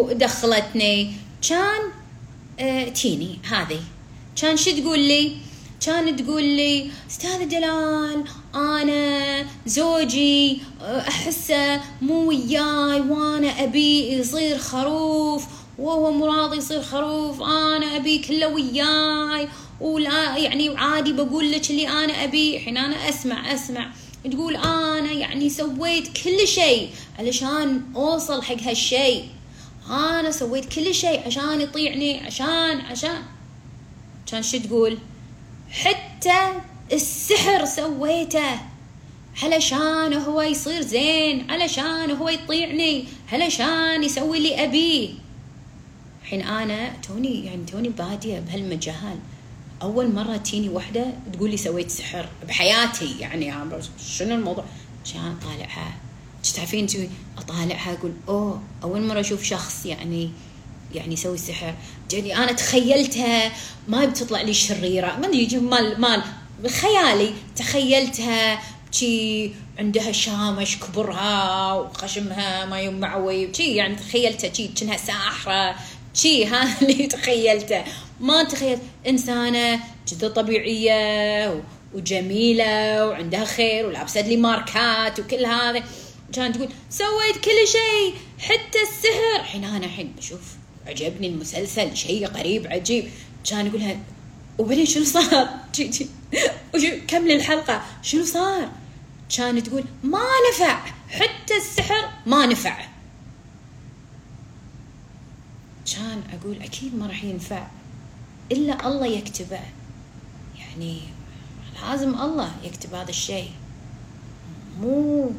ودخلتني كان تيني هذه كان شو تقول لي كانت تقول لي استاذ دلال انا زوجي احسه مو وياي وانا ابي يصير خروف وهو مو راضي يصير خروف، انا ابي كله وياي ولا يعني عادي بقول لك اللي انا ابي. الحين انا اسمع تقول انا يعني سويت كل شيء علشان اوصل حق هالشيء، انا سويت كل شيء عشان يطيعني، عشان كان شو تقول؟ حتى السحر سويته علشان هو يصير زين، علشان هو يطيعني، علشان يسوي اللي أبيه. الحين أنا توني بادية بهالمجال، أول مرة تيني وحدة تقول لي سويت سحر بحياتي. يعني شنو الموضوع؟ كان طالعها تعرفين أطالعها أقول أوه أول مرة أشوف شخص يعني يسوي سحر. يعني أنا تخيلتها ما بتطلع لي شريرة، ما أدري مال بخيالي تخيلتها شي عندها شامش كبرها وخشمها ما يوم معوي شي، يعني تخيلتها شي كأنها ساحرة شي، ها اللي تخيلته. ما تخيلت إنسانة جدا طبيعية وجميلة وعندها خير ولابسة لي ماركات وكل هذا. كانت تقول سويت كل شيء حتى السحر. الحين بشوف عجبني المسلسل شيء قريب عجيب. كان يقولها وبعدين شنو صار؟ كمل الحلقة شنو صار؟ كان تقول ما نفع، حتى السحر ما نفع. كان أقول أكيد ما راح ينفع إلا الله يكتبه، يعني لازم الله يكتب هذا الشيء، مو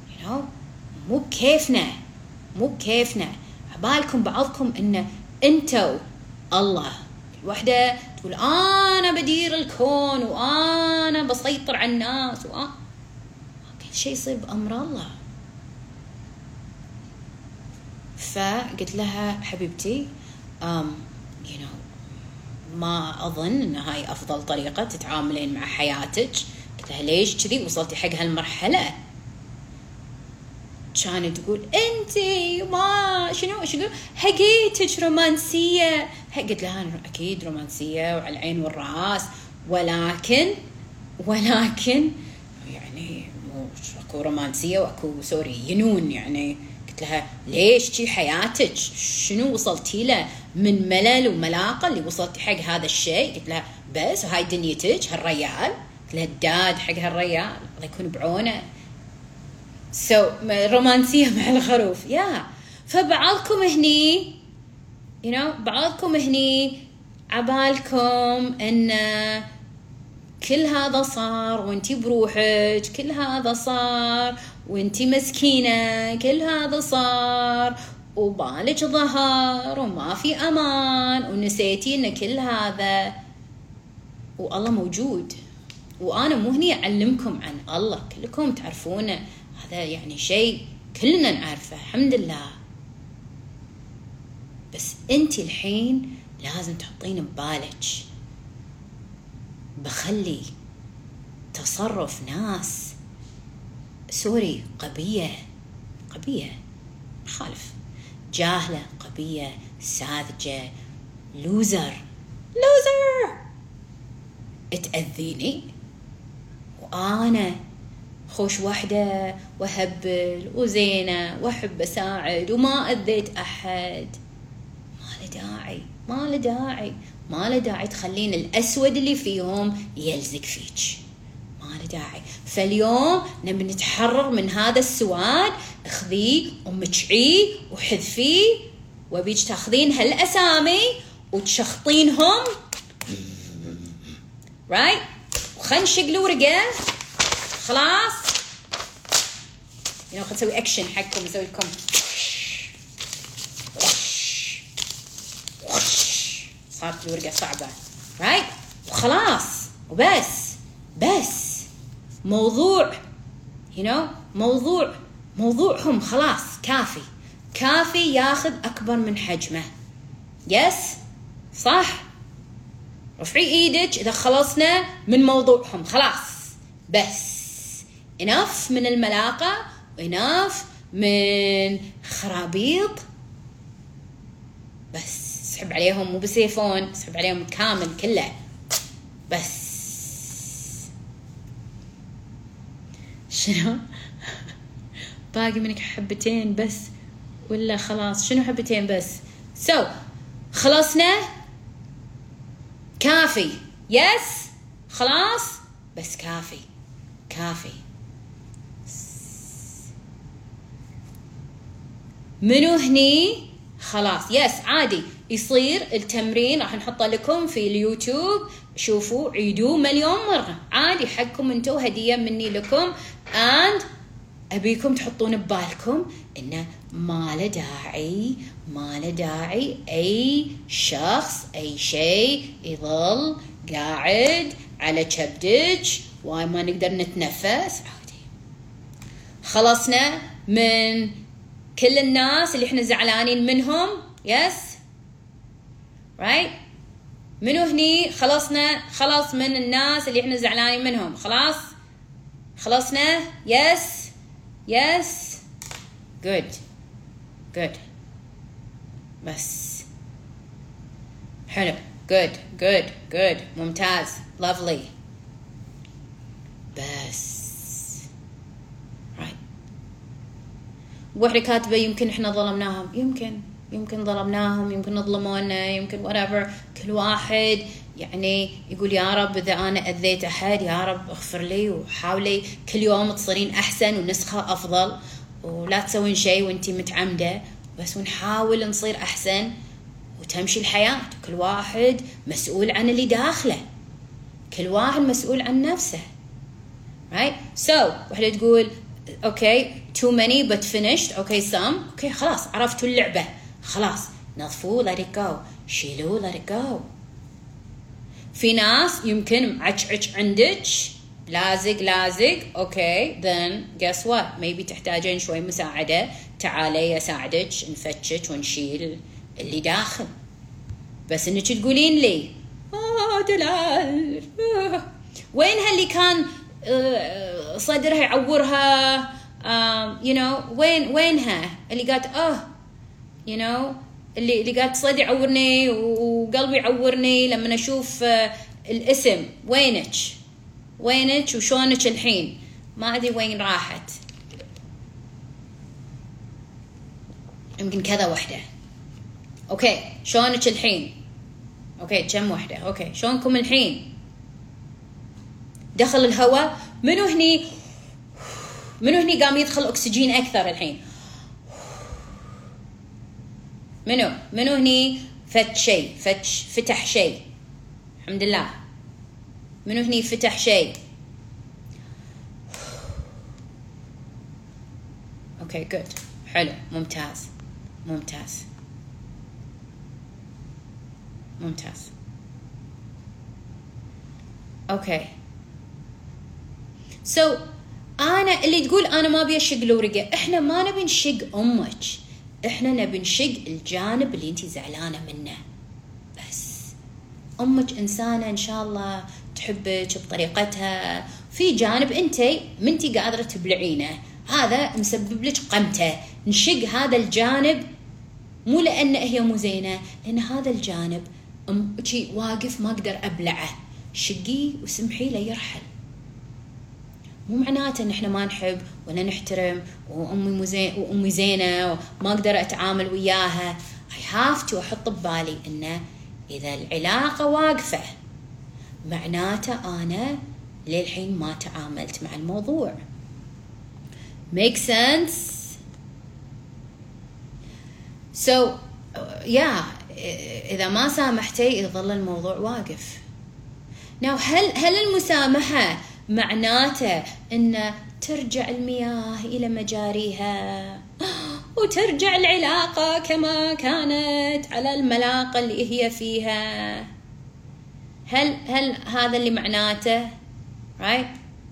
بكيفنا. عبالكم بعضكم إن أنتوا الله. الوحدة تقول أنا بدير الكون وأنا بسيطر على الناس كل شيء يصير بأمر الله. فقلت لها حبيبتي ما أظن إن هاي أفضل طريقة تتعاملين مع حياتك. قلت لها ليش كذي وصلتي حق هالمرحلة؟ كانت تقول أنتي ما شنو حقيتك رومانسية. قلت لها أكيد رومانسية وعلى العين والرأس، ولكن يعني أكو رومانسية وأكو ينون. يعني قلت لها ليش شي حياتك؟ شنو وصلتي له من ملل وملاقة اللي وصلتي حق هذا الشيء؟ قلت لها بس هاي دنيتك هالريال. قلت لها الداد حق هالريال الله يكون بعونه. رومانسية مع الخروف فبعضكم هني بعضكم هني عبالكم ان كل هذا صار وانتي بروحك، كل هذا صار وانتي مسكينة، كل هذا صار وبالك ظهر وما في امان ونسيتي ان كل هذا والله موجود. وانا مو هني اعلمكم عن الله، كلكم تعرفونه، هذا يعني شيء كلنا نعرفه الحمد لله. بس انتي الحين لازم تحطين ببالك بخلي تصرف ناس قبية خالف، جاهلة، قبية، ساذجة، لوزر تأذيني وأنا خوش وحدة وهبل وزينة وأحب أساعد وما أذيت أحد. ما له داعي تخلين الأسود اللي فيهم يلزق فيك، ما له داعي. فاليوم نبي نتحرر من هذا السواد، اخذيه ومجعيه وحذفيه، وبيج تاخذين هالأسامي وتشخطينهم رايت وخنشق ورقة خلاص. خلنا نسوي اكشن حقكم، نسوي لكم صارت الورقة صعبة رايت وخلاص وبس موضوع موضوعهم خلاص كافي ياخذ أكبر من حجمه. يس صح، رفعي ايدك اذا خلصنا من موضوعهم خلاص. بس enough من الملاقة enough من خرابيط. بس سحب عليهم مو بسيفون، سحب عليهم كامل كله. بس شنو؟ باقي منك حبتين بس ولا خلاص؟ شنو حبتين بس؟ خلصنا؟ كافي. يس خلاص بس كافي. منو هني؟ خلاص يس عادي يصير التمرين، راح نحطه لكم في اليوتيوب، شوفوا عيدوه مليون مرة عادي، حقكم انتو، هدية مني لكم. and أبيكم تحطون ببالكم إنه ما له داعي أي شخص أي شيء يظل قاعد على كبدك واي ما نقدر نتنفس. عادي خلصنا من كل الناس اللي احنا زعلانين منهم. يس رايت منو هني؟ خلص من الناس اللي احنا زعلانين منهم. خلصنا. يس good بس حلو. good ممتاز lovely. بس right وحدة كاتبة يمكن احنا ظلمناهم، يمكن ظلمناهم، يمكن ظلمونا، يمكن whatever. كل واحد يعني يقول يا رب إذا أنا أذيت أحد يا رب اغفر لي، وحاولي كل يوم تصيرين أحسن ونسخة أفضل، ولا تسوين شيء وانتي متعمدة، بس ونحاول نصير أحسن وتمشي الحياة. كل واحد مسؤول عن اللي داخله، كل واحد مسؤول عن نفسه. right وحدة تقول okay too many but finished okay some okay خلاص عرفتوا اللعبة، خلاص نظفوا let it go، شيلوا let it go. في ناس يمكن معجعج عندك لازق okay then guess what maybe تحتاجين شوي مساعدة، تعالي أساعدك نفتشك ونشيل اللي داخل. بس انك تقولين لي دلال وينها اللي كان صدرها يعورها وينها اللي قالت اللي قالت صدري يعورني وقلبي يعورني لما اشوف الاسم. وينك وشونك الحين؟ ما ادري وين راحت، يمكن كذا وحده. اوكي شونك الحين؟ اوكي كم وحده؟ اوكي شلونكم الحين؟ دخل الهواء. منو هني قام يدخل اكسجين اكثر الحين؟ منو هني فتح شيء؟ الحمد لله. منو هني فتح شيء؟ اوكي جود حلو ممتاز اوكي انا اللي تقول انا ما ابي اشق الورقه، احنا ما نبي نشق امك، احنا نبي نشق الجانب اللي انتي زعلانه منه. بس امك انسانه ان شاء الله تحبك بطريقتها، في جانب انتي منتي قادره تبلعينه، هذا مسبب لك قمته، نشق هذا الجانب مو لان هي مو زينه، لان هذا الجانب شي واقف ما اقدر ابلعه، شقيه وسمحي له يرحل. مو معناته ان احنا ما نحب ولا نحترم وامي زينه وما اقدر اتعامل وياها. I have to احط ببالي انه اذا العلاقه واقفه معناته انا للحين ما تعاملت مع الموضوع. make sense؟ اذا ما سامحتي يظل الموضوع واقف. Now هل المسامحه معناته ان ترجع المياه الى مجاريها وترجع العلاقه كما كانت على الملاقه اللي هي فيها؟ هل هذا اللي معناته؟ right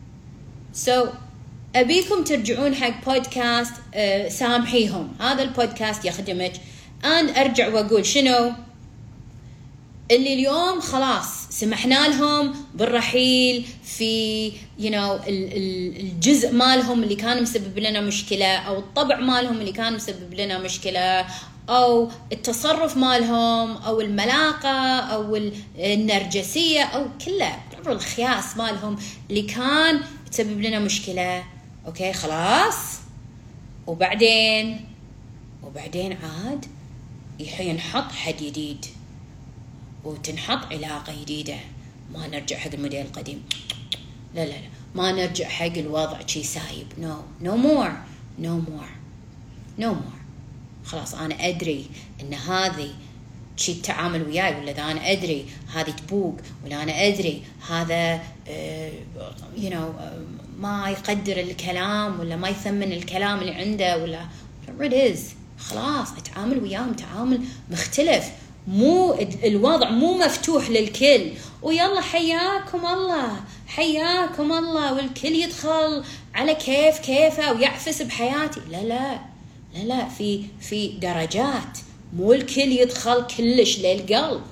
ابيكم ترجعون حق بودكاست سامحيهم، هذا البودكاست يخدمك. and ارجع واقول شنو اللي اليوم خلاص سمحنا لهم بالرحيل في الجزء مالهم اللي كان مسبب لنا مشكلة، أو الطبع مالهم اللي كان مسبب لنا مشكلة، أو التصرف مالهم، أو الملاقة، أو النرجسية، أو كله الخياس مالهم اللي كان تسبب لنا مشكلة. اوكي خلاص. وبعدين عاد ينحط حد جديد وتنحط علاقة جديدة. ما نرجع حق الموديل القديم، لا ما نرجع حق الوضع شي سايب. no more. خلاص أنا أدري إن هذه شي التعامل وياي، ولا إذا أنا أدري هذه تبوق، ولا أنا أدري هذا ما يقدر الكلام، ولا ما يثمن الكلام اللي عنده، ولا whatever it is. خلاص أتعامل وياهم تعامل مختلف، مو الوضع مو مفتوح للكل ويلا حياكم الله والكل يدخل على كيفه ويعفس بحياتي. لا في درجات، مو الكل يدخل كلش للقلب.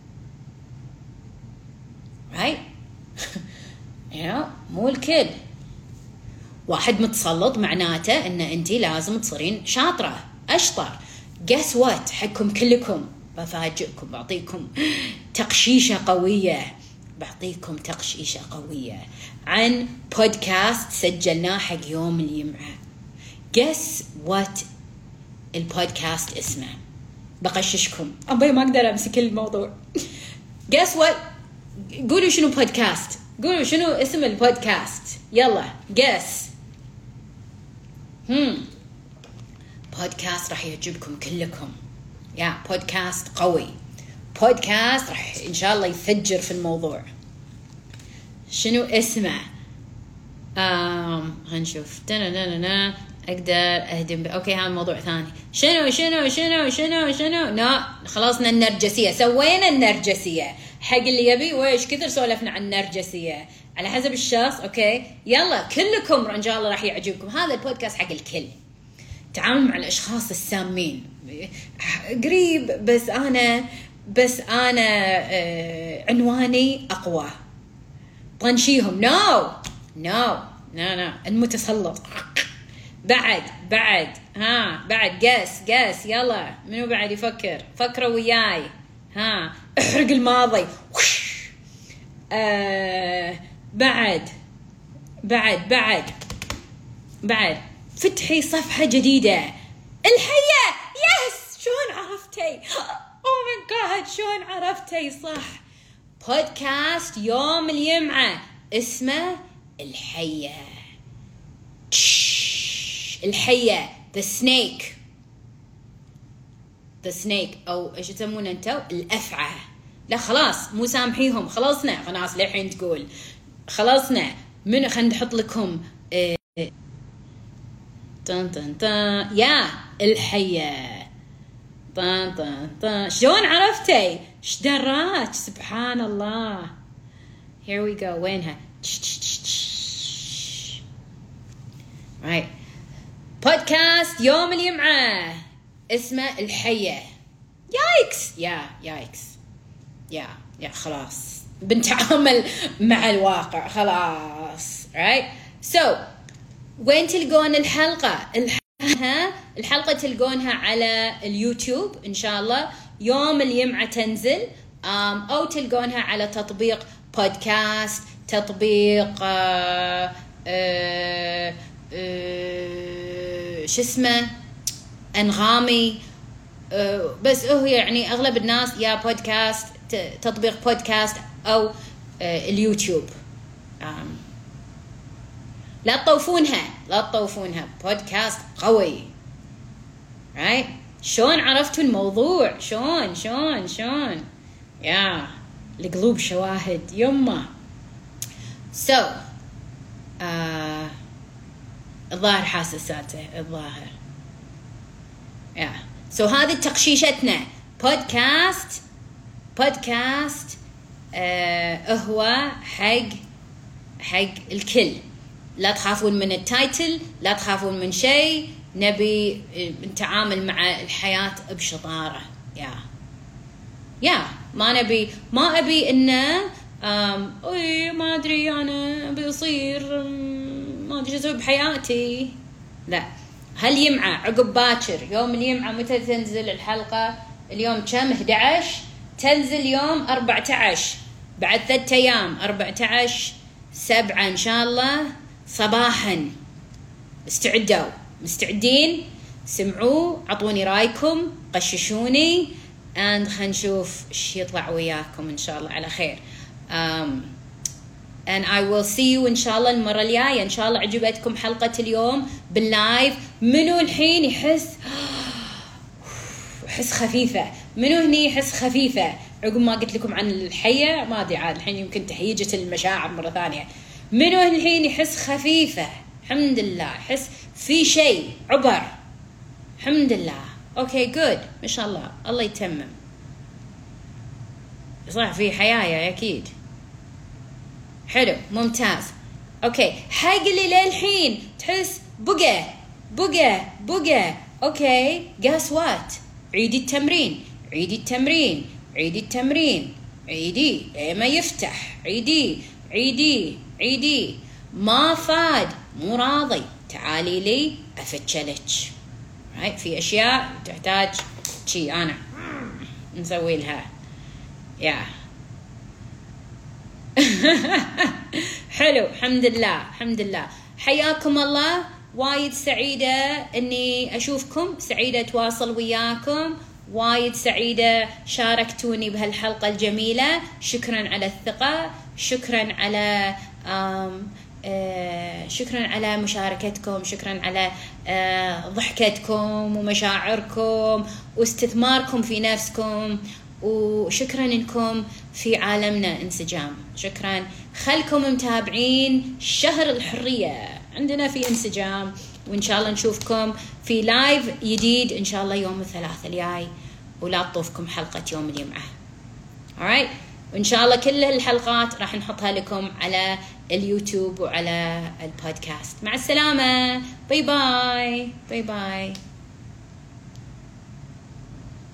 right مو الكل. واحد متسلط معناته ان انتي لازم تصيرين شاطرة اشطر. guess what حقكم كلكم بفاجئكم، بعطيكم تقشيشة قوية عن بودكاست سجلناه حق يوم الجمعة. guess what البودكاست اسمه. بقششكم أبي ما أقدر أمسك الموضوع. guess what، قولوا شنو بودكاست، قولوا شنو اسم البودكاست، يلا guess. بودكاست راح يعجبكم كلكم. بودكاست قوي، بودكاست راح إن شاء الله يفجر في الموضوع. شنو اسمه؟ هنشوف. أقدر أهدم أوكي هذا موضوع ثاني. شنو خلاصنا النرجسية، سوينا النرجسية حق اللي يبي. وإيش كثر سولفنا عن النرجسية على حسب الشخص. أوكي يلا كلكم إن شاء الله راح يعجبكم. هذا البودكاست حق الكل. تعامل مع الأشخاص السامين قريب، بس أنا عنواني أقوى. طنشيهم. نو المتسلط. بعد قاس يلا. منو بعد يفكر؟ فكروا وياي. احرق الماضي. بعد فتحي صفحة جديدة. الحياة. يس، شلون عرفتي؟ ماي جاد شلون عرفتي؟ صح، بودكاست يوم الجمعة اسمه الحية. the snake أو إيش يسمونه أنتوا؟ الأفعى. لا خلاص مو سامحيهم، خلصنا خلاص. للحين تقول خلصنا. من خلينا نحط لكم يا الحية. شلون عرفتي؟ ايش دراك؟ سبحان الله. here we go. وينها؟ right. بودكاست يوم الجمعة اسمه الحية. يايكس يا خلاص بنتعامل مع الواقع خلاص. right. so وين تلقون الحلقة تلقونها على اليوتيوب إن شاء الله يوم الجمعة تنزل، أو تلقونها على تطبيق بودكاست، تطبيق شو اسمه أنغامي. بس هو يعني أغلب الناس يا بودكاست، تطبيق بودكاست أو اليوتيوب. لا تطوفونها بودكاست قوي. right. شلون عرفتوا الموضوع؟ شلون يا القلوب شواهد يما. so الظاهر حاسساته الظاهر. so هذه تقشيشتنا. بودكاست هو حق الكل. لا تخافون من التايتل، لا تخافون من شيء. نبي نتعامل مع الحياة بشطارة. ما أبي إنه ما أدري أنا بيصير ما أدري أسوي بحياتي. لا، هاليمعة عقب باكر يوم اليمعة. متى تنزل الحلقة؟ اليوم كم؟ 11. تنزل يوم 14 بعد 3 أيام. 14/7 إن شاء الله صباحا. استعدوا، مستعدين؟ سمعوا، عطوني رايكم، قششوني، and خلينا نشوف ايش يطلع وياكم ان شاء الله على خير. and I will see you ان شاء الله المرة الجاية. ان شاء الله عجبتكم حلقة اليوم باللايف. منو الحين يحس خفيفة؟ منو هني يحس خفيفة عقب ما قلت لكم عن الحية؟ ما ادري عاد الحين يمكن تهيجة المشاعر مرة ثانية. منو الحين يحس خفيفة؟ الحمد لله، يحس في شيء عبر، الحمد لله. اوكي جود، ما شاء الله، الله يتمم. صح في حياة اكيد. حلو، ممتاز. اوكي، حق اللي للحين تحس بقى اوكي، guess what؟ عيدي التمرين، عيدي التمرين، عيدي التمرين، عيدي ما يفتح، عيدي عيدي عيدي. ما فاد، مو راضي، تعالي لي افتشلك. right؟ في اشياء تحتاج شي انا نسوي لها حلو، الحمد لله، الحمد لله. حياكم الله، وايد سعيدة اني اشوفكم، سعيدة اتواصل وياكم، وايد سعيدة شاركتوني بهالحلقة الجميلة. شكرا على الثقة، شكرا على شكرا على مشاركتكم، شكرا على ضحكتكم ومشاعركم واستثماركم في نفسكم، وشكرا انكم في عالمنا انسجام. شكرا. خلكم متابعين شهر الحرية عندنا في انسجام، وان شاء الله نشوفكم في لايف جديد ان شاء الله يوم الثلاثاء الجاي، ولا تطوفكم حلقة يوم الجمعة. alright، وان شاء الله كل الحلقات راح نحطها لكم على اليوتيوب وعلى البودكاست. مع السلامة، باي باي باي باي.